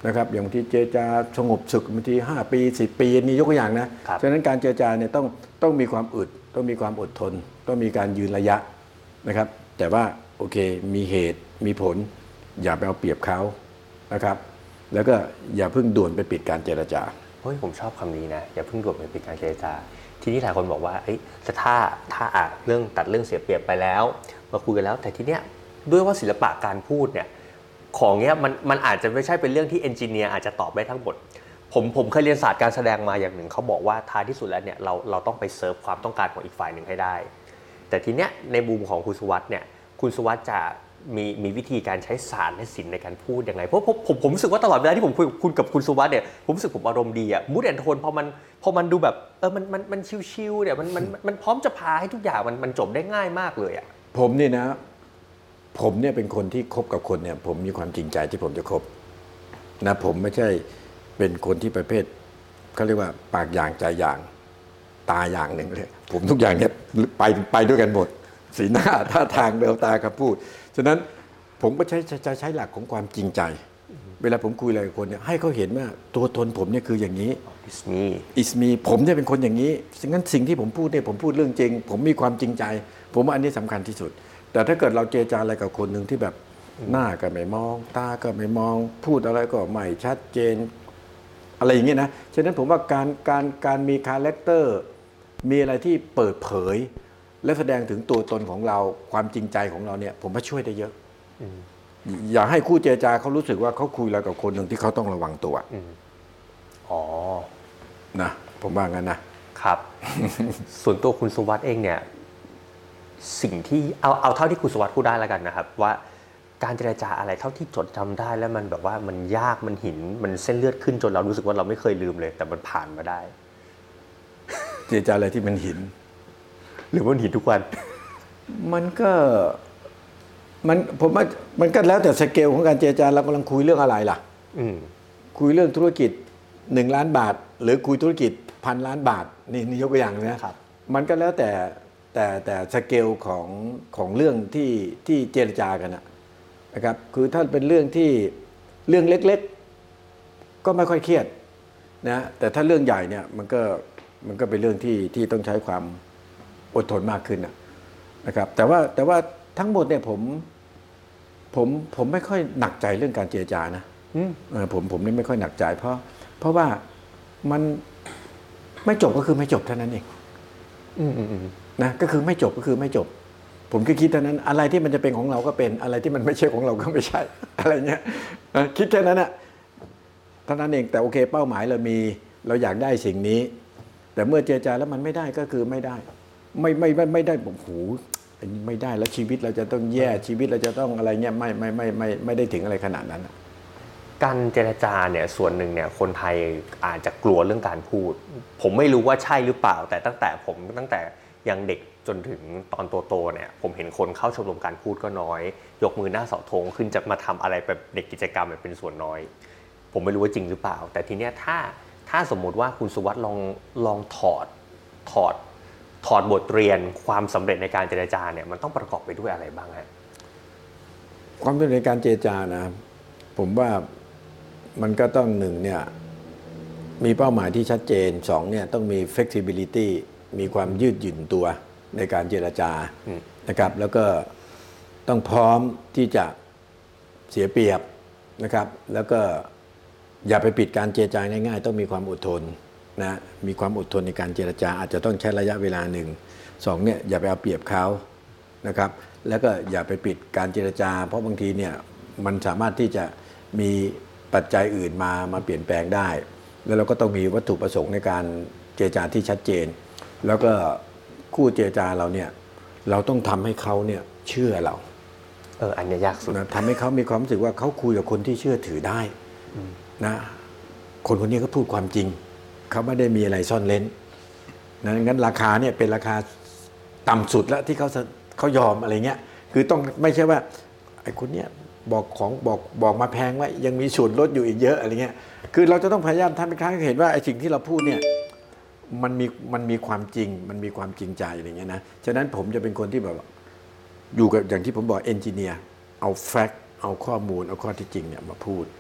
นะครับอย่างบางทีเจรจาสงบศึกบางทีห้าปีสิบปีนี่ยกตัวอย่างนะฉะนั้นการเจรจาเนี่ยต้องต้องมีความอึดต้องมีความอดทนต้องมีการยืนระยะนะครับแต่ว่าโอเคมีเหตุมีผลอย่าไปเอาเปรียบเขานะครับแล้วก็อย่าเพิ่งด่วนไปปิดการเจรจาเฮ้ยผมชอบคำนี้นะอย่าเพิ่งด่วนไปปิดการเจรจาทีนี้หลายคนบอกว่าเอ้ยถ้าถ้าอ่ะเรื่องตัดเรื่องเสียเปรียบไปแล้วมาคุยกันแล้วแต่ทีเนี้ยด้วยว่าศิลปะการพูดเนี่ยของเนี้ยมันมันอาจจะไม่ใช่เป็นเรื่องที่เอนจิเนียร์อาจจะตอบได้ทั้งหมดผมผมเคยเรียนศาสตร์การแสดงมาอย่างหนึ่งเขาบอกว่าท้ายที่สุดแล้วเนี่ยเราเราต้องไปเซิร์ฟความต้องการของอีกฝ่ายหนึ่งให้ได้แต่ทีเนี้ยในมุมของคุณสุวัสด์เนี่ยคุณสุวัสด์จะมีมีวิธีการใช้ศาสตร์และศิลป์ในการพูดยังไงเพราะผมผมผมรู้สึกว่าตลอดเวลาที่ผมคุยกับคุณกับคุณสุวัสด์เนี่ยผมรู้สึกผมอารมณ์ดีอะมูดแอนโทนพอมันพอมันดูแบบเออมันมันมันชิลๆเนี่ยมันมันมันพร้อมจะพาให้ทุกอย่างมันมันจบได้ง่ายมากเลยอะผมนี่นะผมเนี่ยเป็นคนที่คบกับคนเนี่ยผมมีความจริงใจที่ผมจะคบนะผมไม่ใช่เป็นคนที่ประเภทเขาเรียกว่าปากอย่างใจอย่างตาอย่างหนึ่งเลยผมทุกอย่างเนี่ยไปไปด้วยกันหมดสีหน้าท่าทางแววตาคำพูดฉะนั้นผมก็ใช้ใช้ใช้หลักของความจริงใจเวลาผมคุยอะไรกับคนเนี่ยให้เขาเห็นว่าตัวตนผมเนี่ยคืออย่างนี้ It's me It's me ผมเนี่ยเป็นคนอย่างนี้งั้นสิ่งที่ผมพูดเนี่ยผมพูดเรื่องจริงผมมีความจริงใจผมว่าอันนี้สำคัญที่สุดแต่ถ้าเกิดเราเจรจาอะไรกับคนหนึ่งที่แบบหน้าก็ไม่มองตาก็ไม่มองพูดอะไรก็ไม่ชัดเจนอะไรอย่างเงี้ยนะฉะนั้นผมว่าการการการมีคาแรคเตอร์มีอะไรที่เปิดเผยและแสดงถึงตัวตนของเราความจริงใจของเราเนี่ยผมว่าช่วยได้เยอะอย่าให้คู่เจรจาเขารู้สึกว่าเขาคุยอะไรกับคนหนึ่งที่เขาต้องระวังตัวอ๋อนะผมว่างั้นนะครับส่วนตัวคุณสุวัสด์เองเนี่ยสิ่งที่เอาเอาเท่าที่คุณสุวัสด์พูดได้แล้วกันนะครับว่าการเจรจาอะไรเท่าที่จดจำได้แล้วมันแบบว่ามันยากมันหินมันเส้นเลือดขึ้นจนเรารู้สึกว่าเราไม่เคยลืมเลยแต่มันผ่านมาได้เจรจาอะไรที่มันหินหรือมันหินทุกวันมันก็มันผมว่ามันก็แล้วแต่สเกลของการเจรจาเรากำลังคุยเรื่องอะไรล่ะคุยเรื่องธุรกิจหนึ่งล้านบาทหรือคุยธุรกิจพันล้านบาทนี่นี่ยกตัวอย่างนะครับมันก็แล้วแต่แต่แต่สเกลของของเรื่องที่ที่เจรจากันนะครับคือถ้าเป็นเรื่องที่เรื่องเล็กๆก็ไม่ค่อยเครียดนะแต่ถ้าเรื่องใหญ่เนี่ยมันก็มันก็เป็นเรื่องที่ที่ต้องใช้ความอดทนมากขึ้นนะครับแต่ว่าแต่ว่าทั้งหมดเนี่ยผมผมผมไม่ค่อยหนักใจเรื่องการเจรจานะผมผมนี่ไม่ค่อยหนักใจเพราะเพราะว่ามันไม่จบก็คือไม่จบเท่านั้นเองนะก็คือไม่จบก็คือไม่จบผมก็คิดเท่านั้นอะไรที่มันจะเป็นของเราก็เป็นอะไรที่มันไม่ใช่ของเราก็ไม่ใช่อะไรเงี้ยคิดแค่นั้นอะเท่านั้นเองแต่โอเคเป้าหมายเรามีเราอยากได้สิ่งนี้แต่เมื่อเจรจาแล้วมันไม่ได้ก็คือไม่ได้ไม่ไม่ไม่ไม่ได้ผมโหไม่ได้แล้วชีวิตเราจะต้องแย่ชีวิตเราจะต้องอะไรเงี้ยไม่ไม่ไม่ไม่ไม่ได้ถึงอะไรขนาดนั้นการเจรจาเนี่ยส่วนหนึ่งเนี่ยคนไทยอาจจะกลัวเรื่องการพูดผมไม่รู้ว่าใช่หรือเปล่าแต่ตั้งแต่ผมตั้งแต่ยังเด็กจนถึงตอนโตๆเนี่ยผมเห็นคนเข้าชมรมการพูดก็น้อยยกมือหน้าเสาธงขึ้นจะมาทำอะไรแบบเด็กกิจกรรมเป็นส่วนน้อยผมไม่รู้ว่าจริงหรือเปล่าแต่ทีเนี้ยถ้าถ้าสมมุติว่าคุณสุวัสด์ลองลองถอดถอดถอดบทเรียนความสำเร็จในการเจรจาเนี่ยมันต้องประกอบไปด้วยอะไรบ้างฮะความสำเร็จในการเจรจานะผมว่ามันก็ต้องหนึ่งเนี่ยมีเป้าหมายที่ชัดเจนสองเนี่ยต้องมี flexibility มีความยืดหยุ่นตัวในการเจรจานะครับแล้วก็ต้องพร้อมที่จะเสียเปรียบนะครับแล้วก็อย่าไปปิดการเจรจาง่ายๆต้องมีความอดทนนะมีความอดทนในการเจรจาอาจจะต้องใช้ระยะเวลาหนึ่งสองเนี่ยอย่าไปเอาเปรียบเขานะครับแล้วก็อย่าไปปิดการเจรจาเพราะบางทีเนี่ยมันสามารถที่จะมีปัจจัยอื่นมามาเปลี่ยนแปลงได้แล้วเราก็ต้องมีวัตถุประสงค์ในการเจรจาที่ชัดเจนแล้วก็คู่เจรจาเราเนี่ยเราต้องทำให้เขาเนี่ยเชื่อเราเอออันนี้ยากสุดนะทำให้เขามีความรู้สึกว่าเขาคุยกับคนที่เชื่อถือได้นะคนคนนี้ก็พูดความจริงเขาไม่ได้มีอะไรซ่อนเล้นนะงั้นราคาเนี่ยเป็นราคาต่ำสุดแล้วที่เขาเขายอมอะไรเงี้ยคือต้องไม่ใช่ว่าไอ้คนเนี้ยบอกของบอกบอกมาแพงไว้ยังมีส่วนลดอยู่อีกเยอะอะไรเงี้ยคือเราจะต้องพยายามทำเป็นครั้งให้เห็นว่าไอ้สิ่งที่เราพูดเนี่ยมันมีมันมีความจริงมันมีความจริงใจอะไรเงี้ยนะฉะนั้นผมจะเป็นคนที่แบบอยู่กับอย่างที่ผมบอกเอนจิเนียร์เอาแฟกต์เอาข้อมูลเอาข้อที่จริงเนี่ยมาพูด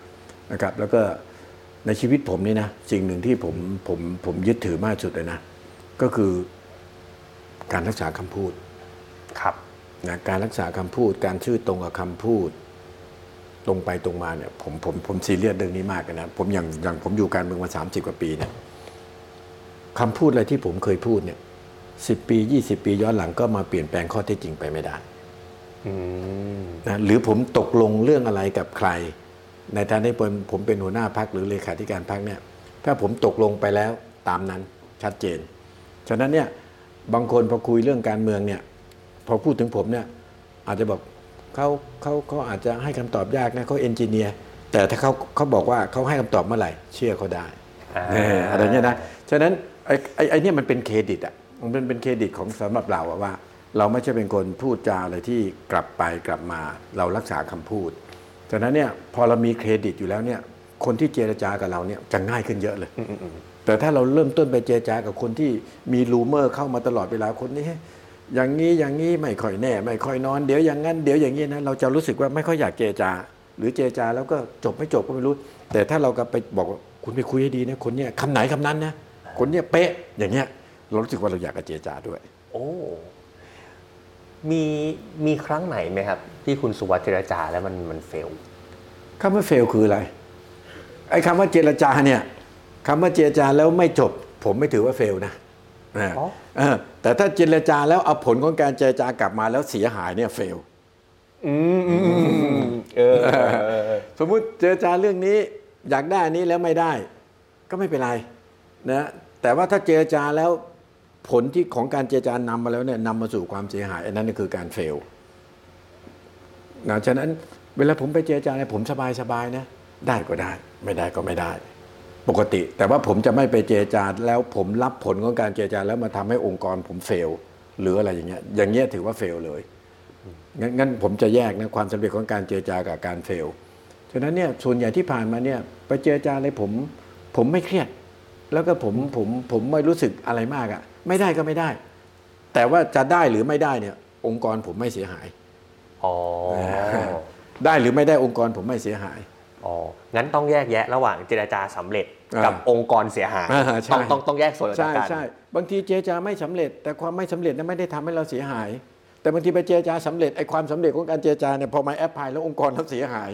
นะครับแล้วก็ในชีวิตผมนี่นะสิ่งหนึ่งที่ผมผมผมยึดถือมากสุดเลยนะก็คือการรักษาคำพูดครับนะการรักษาคำพูดการชื่อตรงกับคำพูดตรงไปตรงมาเนี่ยผมผมผมซีเรียสเรื่องนี้มากเลยนะผมอย่างอย่างผมอยู่การเมืองมาสามสิบกว่าปีเนี่ยคำพูดอะไรที่ผมเคยพูดเนี่ยสิบปียี่สิบปีย้อนหลังก็มาเปลี่ยนแปลงข้อเท็จจริงไปไม่ได้นะหรือผมตกลงเรื่องอะไรกับใครในฐานะที่ผมเป็นหัวหน้าพรรคหรือเลขาธิการพรรคเนี่ยถ้าผมตกลงไปแล้วตามนั้นชัดเจนฉะนั้นเนี่ยบางคนพอคุยเรื่องการเมืองเนี่ยพอพูดถึงผมเนี่ยอาจจะบอกเขาเขาเขาอาจจะให้คำตอบยากนะเขาเอนจิเนียร์แต่ถ้าเขาเขาบอกว่าเขาให้คำตอบเมื่อไหร่เชื่อเขาได้อะไรเงี้ยนะฉะนั้นไอ้ไอ้ไอ้นี่มันเป็นเครดิตอ่ะมันเป็นเป็นเครดิตของสำหรับเราว่า เราไม่ใช่เป็นคนพูดจาอะไรที่กลับไปกลับมาเรารักษาคำพูดฉะนั้นเนี่ยพอเรามีเครดิตอยู่แล้วเนี่ยคนที่เจรจากับเราเนี่ยจะง่ายขึ้นเยอะเลยแต่ถ้าเราเริ่มต้นไปเจรจากับคนที่มีรูเมอร์เข้ามาตลอดเวลาคนนี้อย่างนี้อย่างนี้ไม่ค่อยแน่ไม่ค่อยนอนเดี๋ยวอย่างนั้นเดี๋ยวอย่างนี้นะเราจะรู้สึกว่าไม่ค่อยอยากเจรจาหรือเจรจาแล้วก็จบไม่จบก็ไม่รู้แต่ถ้าเราก็ไปบอกคุณไปคุยให้ดีนะคนเนี้ยคำไหนคำนั้นนะคนเนี้ยเป๊ะอย่างเงี้ยเรารู้สึกว่าเราอยากจะเจรจาด้วยโอ้มีมีครั้งไหนไหมครับที่คุณสุวัสดิ์เจรจาแล้วมันมันเฟลคำว่าเฟลคืออะไรไอ้คำว่าเจรจาเนี่ยคำว่าเจรจาแล้วไม่จบผมไม่ถือว่าเฟลนะแต่ถ้าเจรจาแล้วเอาผลของการเจรจากลับมาแล้วเสียหายเนี่ยเฟลสมมุติเจรจาเรื่องนี้อยากได้อันนี้แล้วไม่ได้ก็ไม่เป็นไรนะแต่ว่าถ้าเจรจาแล้วผลที่ของการเจรจานำมาแล้วเนี่ยนำมาสู่ความเสียหายอันนั้นคือการเฟลนะฉะนั้นเวลาผมไปเจรจาเนี่ยผมสบายๆนะได้ก็ได้ไม่ได้ก็ไม่ได้ปกติแต่ว่าผมจะไม่ไปเจรจาแล้วผมรับผลของการเจรจาแล้วมาทำให้องค์กรผมเฟลหรืออะไรอย่างเงี้ยอย่างเงี้ยถือว่าเฟลเลยงั้นงั้นผมจะแยกนะความสำเร็จของการเจรจากับการเฟลฉะนั้นเนี่ยส่วนใหญ่ที่ผ่านมาเนี่ยไปเจรจาเลยผมผมไม่เครียดแล้วก็ผมผมผมไม่รู้สึกอะไรมากอ่ะไม่ได้ก็ไม่ได้แต่ว่าจะได้หรือไม่ได้เนี่ยองค์กรผมไม่เสียหายอ๋อได้หรือไม่ได้องค์กรผมไม่เสียหายอ๋องั้นต้องแยกแยะระหว่างเจรจาสำเร็จกับองค์กรเสียหายต้องต้องต้องแยกส่วนกันใช่ใช่บางทีเจรจาไม่สำเร็จแต่ความไม่สำเร็จนั้นไม่ได้ทำให้เราเสียหายแต่บางทีไปเจรจาสำเร็จไอ้ความสำเร็จของการเจรจาเนี่ยพอมาแอพพลายแล้วองค์กรเราเสียหาย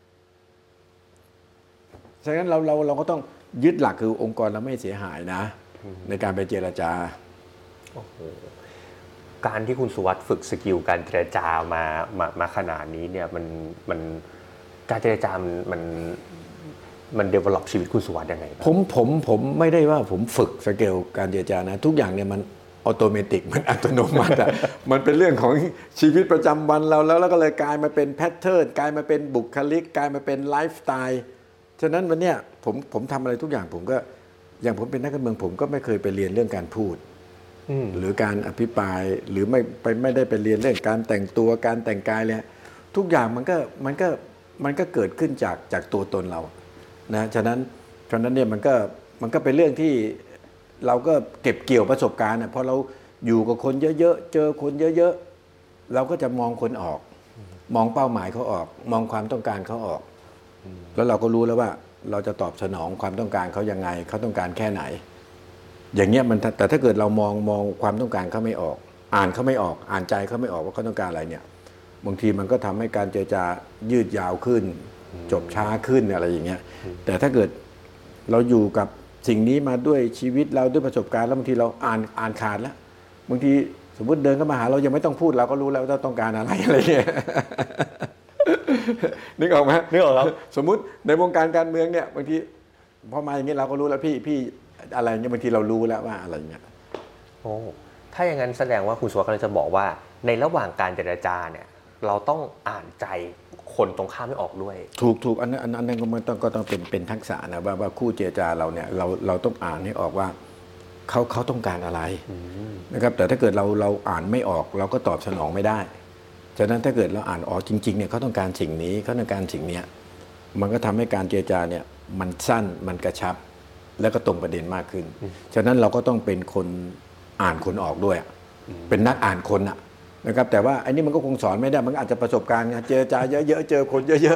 ฉะนั้นเราเราเราก็ต้องยึดหลักคือองค์กรเราไม่เสียหายนะในการไปเจรจาโอ้โหการที่คุณสุวัสดิ์ฝึกสกิลการเจรจามามามาขนาดนี้เนี่ยมันมันการเจรจามันมันมัน develop ชีวิตคุณสุวัสดิ์ยังไงผมผมผมไม่ได้ว่าผมฝึกสกิลการเจรจานะทุกอย่างเนี่ยมันออโตเมติกมันอัตโนมัติอ่ะมันเป็นเรื่องของชีวิตประจำวันเราแล้วแล้วก็เลยกลายมาเป็นแพทเทิร์นกลายมาเป็นบุคลิกกลายมาเป็นไลฟ์สไตล์ฉะนั้นวันเนี้ยผมผมทำอะไรทุกอย่างผมก็อย่างผมเป็นนักการเมืองผมก็ไม่เคยไปเรียนเรื่องการพูดหรือการอภิปรายหรือไม่ไปไม่ได้ไปเรียนเรื่องการแต่งตัวการแต่งกายเลยทุกอย่างมันก็มันก็มันก็เกิดขึ้นจากจากตัวตนเรานะฉะนั้นฉะนั้นเนี่ยมันก็มันก็เป็นเรื่องที่เราก็เก็บเกี่ยวประสบการณ์นะพอเราอยู่กับคนเยอะๆเจอคนเยอะๆเราก็จะมองคนออกมองเป้าหมายเขาออกมองความต้องการเขาออกแล้วเราก็รู้แล้วว่าเราจะตอบสนองความต้องการเขายังไงเขาต้องการแค่ไหนอย่างเงี้ยมันแต่ถ้าเกิดเรามองมองความต้องการเขาไม่ออกอ่านเขาไม่ออกอ่านใจเขาไม่ออกว่าเขาต้องการอะไรเนี่ยบางทีมันก็ทำให้การเจรจายืดยาวขึ้นจบช้าขึ้นอะไรอย่างเงี้ยแต่ถ้าเกิดเราอยู่กับสิ่งนี้มาด้วยชีวิตเราด้วยประสบการณ์แล้วบางทีเราอ่านอ่านขาดแล้วบางทีสมมติเดินเข้ามาหาเรายังไม่ต้องพูดเราก็รู้แล้วว่าต้องการอะไรอะไรเงี้ยนึกออกไหมนึกออกครับสมมุติในวงการการเมืองเนี่ยบางทีพอมาอย่างนี้เราก็รู้แล้วพี่พี่อะไรเงี้ยบางทีเรารู้แล้วว่าอะไรเงี้ยโอ้ถ้าอย่างนั้นแสดงว่าคุณสุวัสดิ์กำลังจะบอกว่าในระหว่างการเจรจาเนี่ยเราต้องอ่านใจคนตรงข้ามไม่ออกด้วยถูกถูกอันนั้นอันนั้นก็มันต้องก็ต้องเป็นเป็นทักษะนะว่าว่าคู่เจรจาเราเนี่ยเราเราต้องอ่านให้ออกว่าเขาเขาต้องการอะไรนะครับแต่ถ้าเกิดเราเราอ่านไม่ออกเราก็ตอบสนองไม่ได้ฉะนั้นถ้าเกิดเราอ่านออกจริงๆเนี่ยเขาต้องการสิ่งนี้เขาต้องการสิ่งนี้มันก็ทำให้การเจรจาเนี่ยมันสั้นมันกระชับแล้วก็ตรงประเด็นมากขึ้นฉะนั้นเราก็ต้องเป็นคนอ่านคนออกด้วยเป็นนักอ่านคนอะนะครับแต่ว่าอันนี้มันก็คงสอนไม่ได้มันอาจจะประสบการณ์ไงเจรจาเยอะๆเจอคนเยอะๆ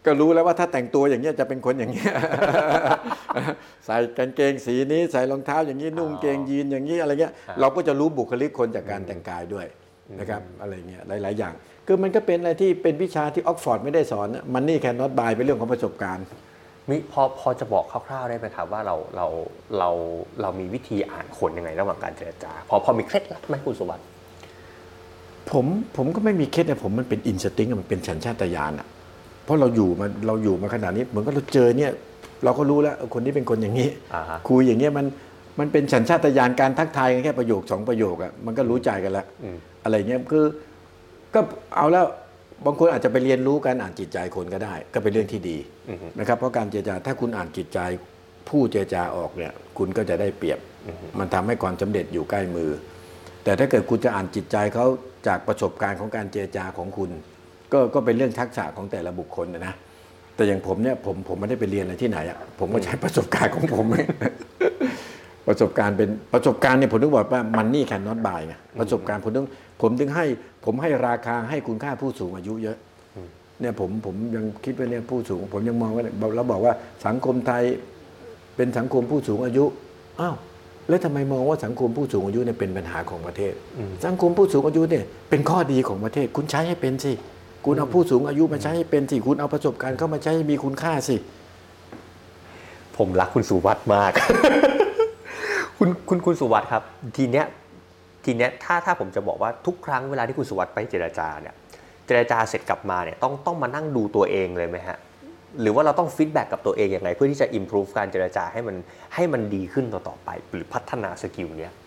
ก็รู้แล้วว่าถ้าแต่งตัวอย่างเงี้ยจะเป็นคนอย่างเงี้ย ใส่กางเกงสีนี้ใส่รองเท้าอย่างนี้นุ่งเกงยีนอย่างนี้อะไรเงี้ยเราก็จะรู้บุคลิกคนจากการแต่งกายด้วยนะครับอะไรเงี้ยหลายๆอย่างคือมันก็เป็นอะไรที่เป็นวิชาที่ออกฟอร์ดไม่ได้สอนมันนี่แคนนอตบายเป็นเรื่องของประสบการณ์มิพอพอจะบอกคร่าวๆได้ไหมครับว่าเราเราเราเรามีวิธีอ่านคนยังไงระหว่างการเจรจาพอพอมีเคล็ดลับไหมคุณสุวัสดิ์ผมผมก็ไม่มีเคล็ดนะผมมันเป็นอินสติ้งมันเป็นสัญชาตญาณอ่ะเพราะเราอยู่มาเราอยู่มาขนาดนี้เหมือนก็เราเจอเนี่ยเราก็รู้แล้วคนนี้เป็นคนอย่างนี้คุยอย่างเงี้ยมันมันเป็นสัญชาตญาณการทักทายกันแค่ประโยคสองประโยคอ่ะมันก็รู้ใจกันแล้วอะไรเงี้ยคือก็เอาแล้วบางคนอาจจะไปเรียนรู้การอ่านจิตใจคนก็ได้ก็เป็นเรื่องที่ดีนะครับเพราะการเจรจาถ้าคุณอ่านจิตใจผู้เจรจาออกเนี่ยคุณก็จะได้เปรียบมันทำให้ความสำเร็จอยู่ใกล้มือแต่ถ้าเกิดคุณจะอ่านจิตใจเขาจากประสบการณ์ของการเจรจาของคุณก็ก็เป็นเรื่องทักษะของแต่ละบุคคลนะแต่อย่างผมเนี่ยผมผมไม่ได้ไปเรียนอะไรที่ไหนอ่ะผมก็ใช้ประสบการณ์ของผม ประสบการณ์เป็นประสบการณ์เนี่ยผมต้องบอกว่ามันนี่แคนนอตบายไงประสบการณ์ผมต้องผมถึงให้ผมให้ราคาให้คุณค่าผู้สูงอายุเยอะเนี่ยผมผมยังคิดว่าเนี่ยผู้สูงผมยังมองว่าเราบอกว่าสังคมไทยเป็นสังคมผู้สูงอายุอ้าวแล้วทำไมมองว่าสังคมผู้สูงอายุเนี่ยเป็นปัญหาของประเทศสังคมผู้สูงอายุเนี่ยเป็นข้อดีของประเทศคุณใช้ให้เป็นสิคุณเอาผู้สูงอายุมาใช้ให้เป็นสิคุณเอาประสบการณ์เข้ามาใช้ให้มีคุณค่าสิผมรักคุณสุวัสดิ์มาก คุณคุณคุณสุวัสดิ์ครับทีเนี้ยทีเนี้ยถ้าถ้าผมจะบอกว่าทุกครั้งเวลาที่คุณสุวัสดิ์ไปเจรจาเนี่ยเจรจาเสร็จกลับมาเนี่ยต้องต้องมานั่งดูตัวเองเลยไหมฮะหรือว่าเราต้องฟีดแบ็กกับตัวเองอย่างไรเพื่อที่จะ improve การเจรจาให้มันให้มันดีขึ้นต่อต่อไปหรือพัฒนาสกิลเนี้ย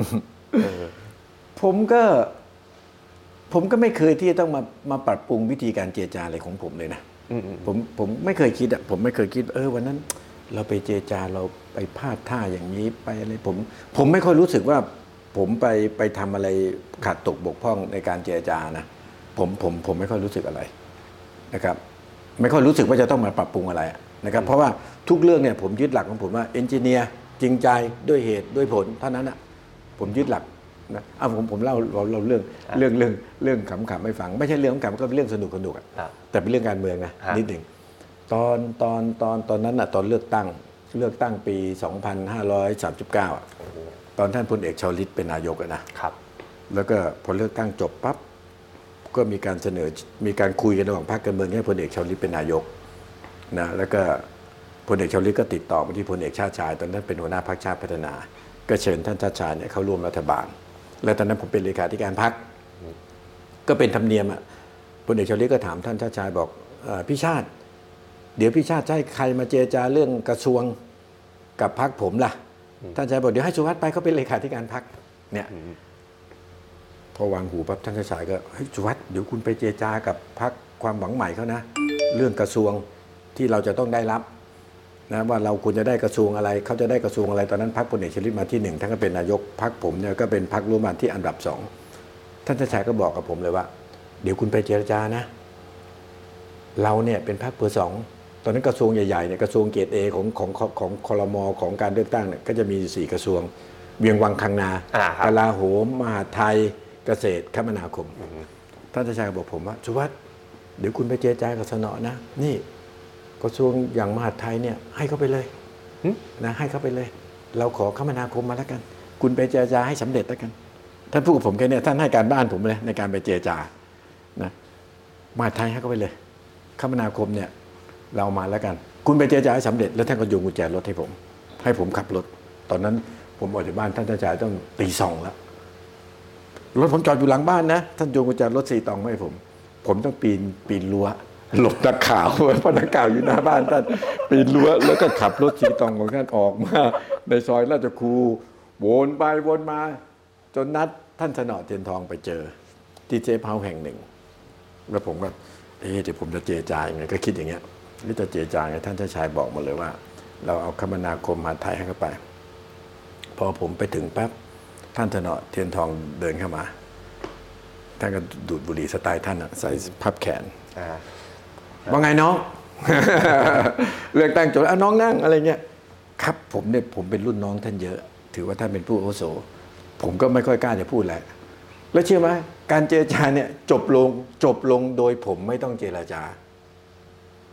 ผมก็ผมก็ไม่เคยที่จะต้องมามาปรับปรุงวิธีการเจรจาอะไรของผมเลยนะผมผมไม่เคยคิดอ่ะผมไม่เคยคิดเออวันนั้นเราไปเจรจาเราไปพลาดท่าอย่างนี้ไปอะไรผมผมไม่ค่อยรู้สึกว่าผมไปไปทำอะไรขาดตกบกพร่องในการเจรจานะผมผมผมไม่ค่อยรู้สึกอะไรนะครับไม่ค่อยรู้สึกว่าจะต้องมาปรับปรุงอะไรนะครับเพราะว่าทุกเรื่องเนี่ยผมยึดหลักของผมว่าเอนจิเนียร์จริงใจด้วยเหตุด้วยผลเท่านั้นอ่ะผมยึดหลักนะอ่ะผมผมเล่าเราเราเรื่องเรื่องเรื่องเรื่องขำๆให้ฟังไม่ใช่เรื่องขำๆก็เป็นเรื่องสนุกสนุกอ่ะแต่เป็นเรื่องการเมืองนะนิดหนึ่งตอนตอนตอนตอนนั้นอ่ะตอนเลือกตั้งเลือกตั้งปีสองพันห้าร้อยสามสิบเก้าอ่ะตอนท่านพลเอกชวลิตเป็นนายกนะครับแล้วก็พอเลือกตั้งจบปั๊บก็มีการเสนอมีการคุยกันระหว่างพรรคการเมืองให้พลเอกชวลิตเป็นนายกนะแล้วก็พลเอกชวลิตก็ติดต่อมาที่พลเอกชาติชายตอนนั้นเป็นหัวหน้าพรรคชาติพัฒนาก็เชิญท่านชาติชายเนี่ยเข้าร่วมรัฐบาลและตอนนั้นผมเป็นเลขาธิการพรรคก็เป็นธรรมเนียมอ่ะพลเอกชวลิตก็ถามท่านชาติชายบอกพี่ชาติเดี๋ยวพี่ชาติจะให้ใครมาเจรจาเรื่องกระทรวงกับพรรคผมล่ะท่านชายบอกเดี๋ยวให้สุวัสดิ์ไปเขาเป็นเลขาธิการพรรคเนี่ยพอวางหูปั๊บท่านชายก็เฮ้ยสุวัสดิ์เดี๋ยวคุณไปเจรจากับพรรคความหวังใหม่เขานะเรื่องกระทรวงที่เราจะต้องได้รับนะว่าเราควรจะได้กระทรวงอะไรเขาจะได้กระทรวงอะไรตอนนั้นพรรคพลเอกชวลิตมาที่หนึ่งท่านก็เป็นนายกพรรคผมเนี่ยก็เป็นพรรคร่วมกันที่อันดับสองท่านชายก็บอกกับผมเลยว่าเดี๋ยวคุณไปเจรจานะเราเนี่ยเป็นพรรคเบอร์สองตอนนั้นกระทรวงใหญ่ๆเนี่ยกระทรวงเกรดเอของของของครม.ของการเลือกตั้งเนี่ยก็จะมีสี่กระทรวงเวียงวังคังนากลาโหมมหาดไทยเกษตรคมนาคมท่านชายบอกผมว่าสุวัสดิ์เดี๋ยวคุณไปเจรจากับสน.นะนี่กระทรวงอย่างมหาดไทยเนี่ยให้เขาไปเลยนะให้เขาไปเลยเราขอคมนาคมมาแล้วกันคุณไปเจรจาให้สำเร็จแล้วกันท่านพูดกับผมแค่นี้ท่านให้การบ้านผมเลยในการไปเจรจานะมหาดไทยให้เขาไปเลยคมนาคมเนี่ยเรามาแล้วกันคุณไปเจรจาให้สำเร็จแล้วท่านก็โยนกุญแจรถให้ผมให้ผมขับรถตอนนั้นผมออกจากบ้านท่านชายต้องตีสองแล้วรถผมจอดอยู่หลังบ้านนะท่านโยนกุญแจรถสี่ตองให้ผมผมต้องปีนปีนรั้วหลบนักข่าวเพราะนักข่าวอยู่หน้าบ้านท่านปีนรั้วแล้วก็ขับรถสี่ตองของท่านออกมาในซอยราชครูวนไปวนมาจนนัดท่านสน.เทียนทองไปเจอที่เซฟเฮาส์แห่งหนึ่งแล้วผมก็เอ๊ะเดี๋ยวผมจะเจรจาอย่างไงก็คิดอย่างเงี้ยหรือจะเจรจาไงท่านชายบอกมาเลยว่าเราเอาคมนาคมมหาดไทยให้เข้าไปพอผมไปถึงปั๊บท่านสน.เทียนทองเดินเข้ามาท่านก็ดูดบุหรี่สไตล์ท่านใส่พับแขนว่าไงน้อง เลือกตั้งจบเอาน้องนั่งอะไรเงี้ยครับผมเนี่ยผมเป็นรุ่นน้องท่านเยอะถือว่าท่านเป็นผู้อาวุโสผมก็ไม่ค่อยกล้าจะพูดแหละแล้วเชื่อไหมการเจรจาเนี่ยจบลงจบลงโดยผมไม่ต้องเจรจา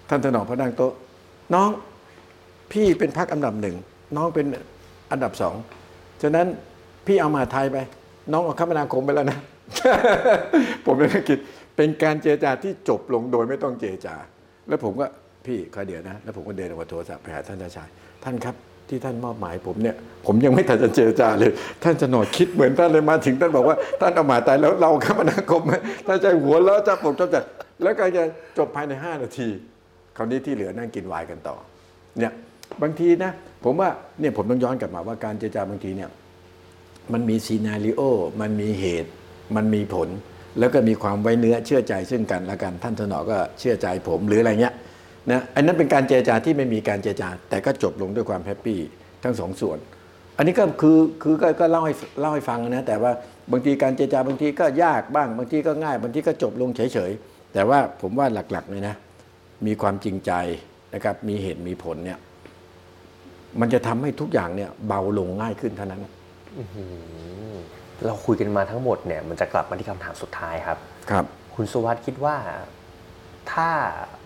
ท่านถนอมพระนั่งโต๊ะน้องพี่เป็นพรรคอันดับหนึ่งน้องเป็นอันดับสองฉะนั้นพี่เอามาไทยไปน้องเอาคมนาคมไปแล้วนะ ผมเลยคิดเป็นการเจรจาที่จบลงโดยไม่ต้องเจรจาแล้วผมก็พี่คอยเดี๋ยวนะแล้วผมก็เดินออกมาโทรศัพท์ไปหาท่านชายท่านครับที่ท่านมอบหมายผมเนี่ยผมยังไม่ทันจะเจรจาเลยท่านจะหนอดคิดเหมือนท่านเลยมาถึงท่านบอกว่าท่านเอามาตายแล้วเราคมนาคมท่านใจหัวแล้วจะผมจะจัดแล้วก็จะจบภายในห้านาทีคราวนี้ที่เหลือนั่งกินไวน์กันต่อเนี่ยบางทีนะผมว่าเนี่ยผมต้องย้อนกลับมาว่าการเจรจาบางทีเนี่ยมันมีซีนาริโอมันมีเหตุมันมีผลแล้วก็มีความไว้เนื้อเชื่อใจซึ่งกันและกันท่านถนอก็เชื่อใจผมหรืออะไรเงี้ยนะอันนั้นเป็นการเจรจาที่ไม่มีการเจรจาแต่ก็จบลงด้วยความแฮปปี้ทั้งสองส่วนอันนี้ก็คือคือก็ก็เล่าให้เล่าให้ฟังนะแต่ว่าบางทีการเจรจาบางทีก็ยากบ้างบางทีก็ง่ายบางทีก็จบลงเฉยๆแต่ว่าผมว่าหลักๆเลยนะมีความจริงใจนะครับมีเหตุมีผลเนี่ยมันจะทำให้ทุกอย่างเนี่ยเบาลงง่ายขึ้นเท่านั้นเราคุยกันมาทั้งหมดเนี่ยมันจะกลับมาที่คำถามสุดท้ายครับครับคุณสุวัสดิ์คิดว่าถ้า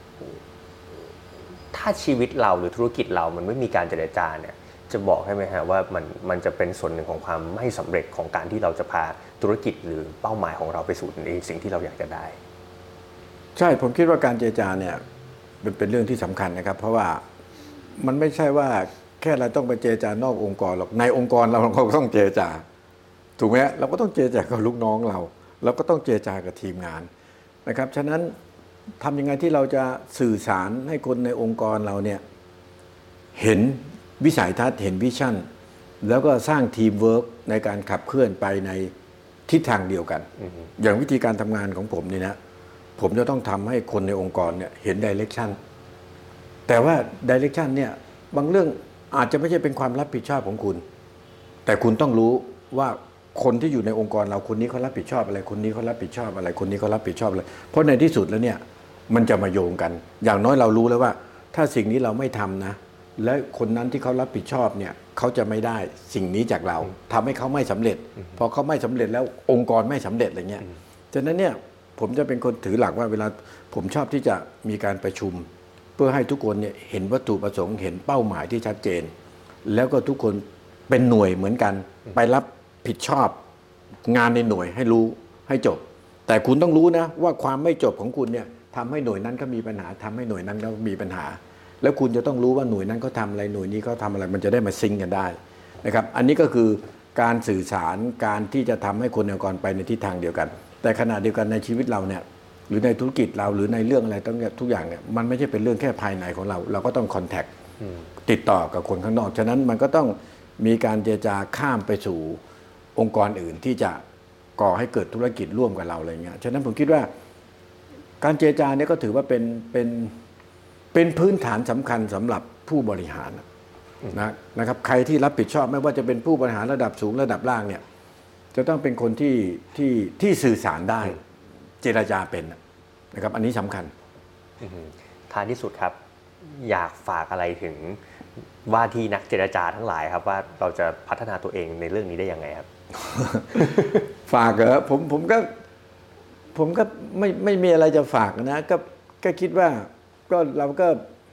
ถ้าชีวิตเราหรือธุรกิจเรามันไม่มีการเจรจาเนี่ยจะบอกให้ไหมฮะว่ามันมันจะเป็นส่วนหนึ่งของความไม่สำเร็จของการที่เราจะพาธุรกิจหรือเป้าหมายของเราไปสู่ในสิ่งที่เราอยากจะได้ใช่ผมคิดว่าการเจรจาเนี่ยเป็นเป็นเรื่องที่สำคัญนะครับเพราะว่ามันไม่ใช่ว่าแค่เราต้องไปเจรจานอกองค์กรหรอกในองค์กรเราเราก็ต้องเจรจาถูกไหมเราก็ต้องเจรจากับลูกน้องเราเราก็ต้องเจรจากับทีมงานนะครับฉะนั้นทำยังไงที่เราจะสื่อสารให้คนในองค์กรเราเนี่ยเห็นวิสัยทัศน์เห็นวิชั่นแล้วก็สร้างทีมเวิร์กในการขับเคลื่อนไปในทิศทางเดียวกัน mm-hmm. อย่างวิธีการทำงานของผมนี่นะผมจะต้องทำให้คนในองค์กรเนี่ยเห็นดิเรกชันแต่ว่าดิเรกชันเนี่ยบางเรื่องอาจจะไม่ใช่เป็นความรับผิดชอบของคุณแต่คุณต้องรู้ว่าคนที่อยู่ในองค์กรเราคนนี้เขารับผิดชอบอะไรคนนี้เขารับผิดชอบอะไรคนนี้เขารับผิดชอบอะไรเพราะในที่สุดแล้วเนี่ยมันจะมาโยงกันอย่างน้อยเรารู้แล้วว่าถ้าสิ่งนี้เราไม่ทำนะและคนนั้นที่เขารับผิดชอบเนี่ยเขาจะไม่ได้สิ่งนี้จากเราทำให้เขาไม่สำเร็จพอเขาไม่สำเร็จแล้วองค์กรไม่สำเร็จอะไรเงี้ยฉะนั้นเนี่ยผมจะเป็นคนถือหลักว่าเวลาผมชอบที่จะมีการประชุมเพื่อให้ทุกคนเนี่ยเห็นวัตถุประสงค์เห็นเป้าหมายที่ชัดเจนแล้วก็ทุกคนเป็นหน่วยเหมือนกันไปรับผิดชอบงานในหน่วยให้รู้ให้จบแต่คุณต้องรู้นะว่าความไม่จบของคุณเนี่ยทำให้หน่วยนั้นก็มีปัญหาทำให้หน่วยนั้นก็มีปัญหาแล้วคุณจะต้องรู้ว่าหน่วยนั้นเขาทำอะไรหน่วยนี้เขาทำอะไรมันจะได้มาซิงกันได้นะครับอันนี้ก็คือการสื่อสารการที่จะทำให้คนในองค์กรไปในทิศทางเดียวกันแต่ขณะเดียวกันในชีวิตเราเนี่ยหรือในธุรกิจเราหรือในเรื่องอะไรต้องทุกอย่างเนี่ยมันไม่ใช่เป็นเรื่องแค่ภายในของเราเราก็ต้องคอนแทคติดต่อกับคนข้างนอกฉะนั้นมันก็ต้องมีการเจรจาข้ามไปสู่องค์กรอื่นที่จะก่อให้เกิดธุรกิจร่วมกับเราอะไรเงี้ยฉะนั้นผมคิดว่าการเจรจาเนี่ยก็ถือว่าเป็นเป็นเป็นพื้นฐานสำคัญสำหรับผู้บริหารนะนะครับใครที่รับผิดชอบไม่ว่าจะเป็นผู้บริหารระดับสูงระดับล่างเนี่ยจะต้องเป็นคนที่ที่ที่สื่อสารได้เจรจาเป็นนะครับอันนี้สำคัญท้ายที่สุดครับอยากฝากอะไรถึงว่าที่นักเจรจาทั้งหลายครับว่าเราจะพัฒนาตัวเองในเรื่องนี้ได้ยังไงครับฝากเหรอผมผมก็ผมก็ไม่ไม่มีอะไรจะฝากนะก็ก็คิดว่าก็เราก็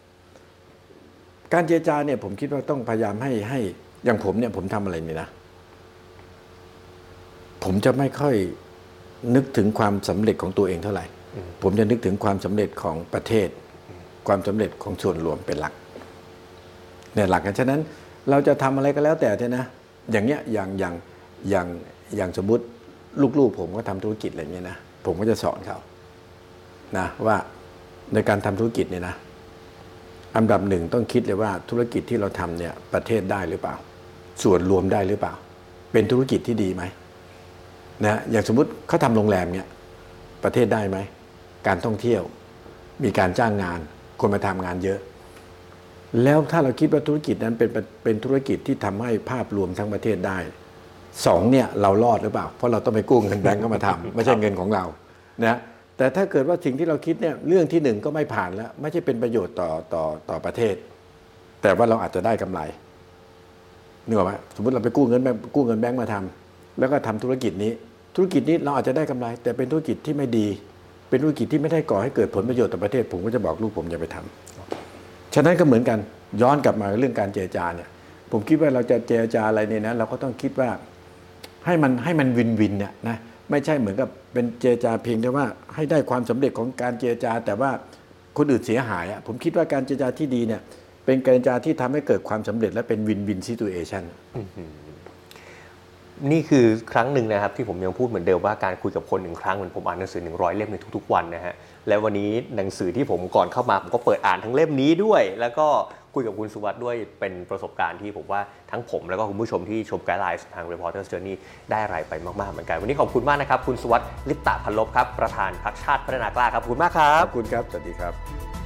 การเจรจาเนี่ยผมคิดว่าต้องพยายามให้ให้อย่างผมเนี่ยผมทำอะไรนี่นะผมจะไม่ค่อยนึกถึงความสำเร็จของตัวเองเท่าไหร่ผมจะนึกถึงความสำเร็จของประเทศความสำเร็จของส่วนรวมเป็นหลักเนี่ยหลักกันฉะนั้นเราจะทำอะไรก็แล้วแต่เนี่ยนะอย่างเงี้ยอย่างอย่างอย่างอย่างสมมุติลูกๆผมก็ทำธุรกิจอะไรเงี้ยนะผมก็จะสอนเขานะว่าในการทำธุรกิจเนี่ยนะอันดับหนึ่งต้องคิดเลยว่าธุรกิจที่เราทำเนี่ยประเทศได้หรือเปล่าส่วนรวมได้หรือเปล่าเป็นธุรกิจที่ดีไหมนะอย่างสมมุติเขาทำโรงแรมเนี่ยประเทศได้ไหมการท่องเที่ยวมีการจ้างงานคนมาทำงานเยอะแล้วถ้าเราคิดว่าธุรกิจนั้นเป็นเป็นธุรกิจที่ทำให้ภาพรวมทั้งประเทศได้สองเนี่ยเรารอดหรือเปล่าเพราะเราต้องไปกู้เงินแบงก์เข้ามาทำไม่ใช่เงินของเรานะแต่ถ้าเกิดว่าสิ่งที่เราคิดเนี่ยเรื่องที่หนึ่งก็ไม่ผ่านแล้วไม่ใช่เป็นประโยชน์ต่อต่อต่อประเทศแต่ว่าเราอาจจะได้กำไรนึกออกไหมสมมติเราไปกู้เงินกู้เงินแบงก์มาทำแล้วก็ทำธุรกิจนี้ธุรกิจนี้เราอาจจะได้กำไรแต่เป็นธุรกิจที่ไม่ดีเป็นธุรกิจที่ไม่ได้ก่อให้เกิดผลประโยชน์ต่อประเทศผมก็จะบอกลูกผมอย่าไปทำฉะนั้นก็เหมือนกันย้อนกลับมาเรื่องการเจรจาเนี่ยผมคิดว่าเราจะเจรจาอะไรเนี่ยนะเราก็ต้องคิดว่าให้มันให้มันวินวินเนี่ยนะไม่ใช่เหมือนกับเป็นเจรจาเพียงแต่ว่าให้ได้ความสำเร็จของการเจรจาแต่ว่าคนอื่นเสียหายอ่ะผมคิดว่าการเจรจาที่ดีเนี่ยเป็นการเจรจาที่ทำให้เกิดความสำเร็จและเป็นวินวินซิทูเอชันนี่คือครั้งหนึ่งนะครับที่ผมยังพูดเหมือนเดิมว่าการคุยกับคนหนึ่งครั้งเหมือนผมอ่านหนังสือหนึ่งร้อยเล่มในทุกๆวันนะฮะและวันนี้หนังสือที่ผมก่อนเข้ามาผมก็เปิดอ่านทั้งเล่มนี้ด้วยแล้วก็คุยกับคุณสุวัสด์ด้วยเป็นประสบการณ์ที่ผมว่าทั้งผมแล้วก็คุณผู้ชมที่ชมไกด์ไลน์ทาง Reporter's Journey ได้อะไรไปมากๆเหมือนกันวันนี้ขอบคุณมากนะครับคุณสุวัสด์ ลิปตะพันลบครับประธานพรรคชาติพัฒนากล้าครับขอบคุณมากครับขอบคุณครับสวัสดีครับ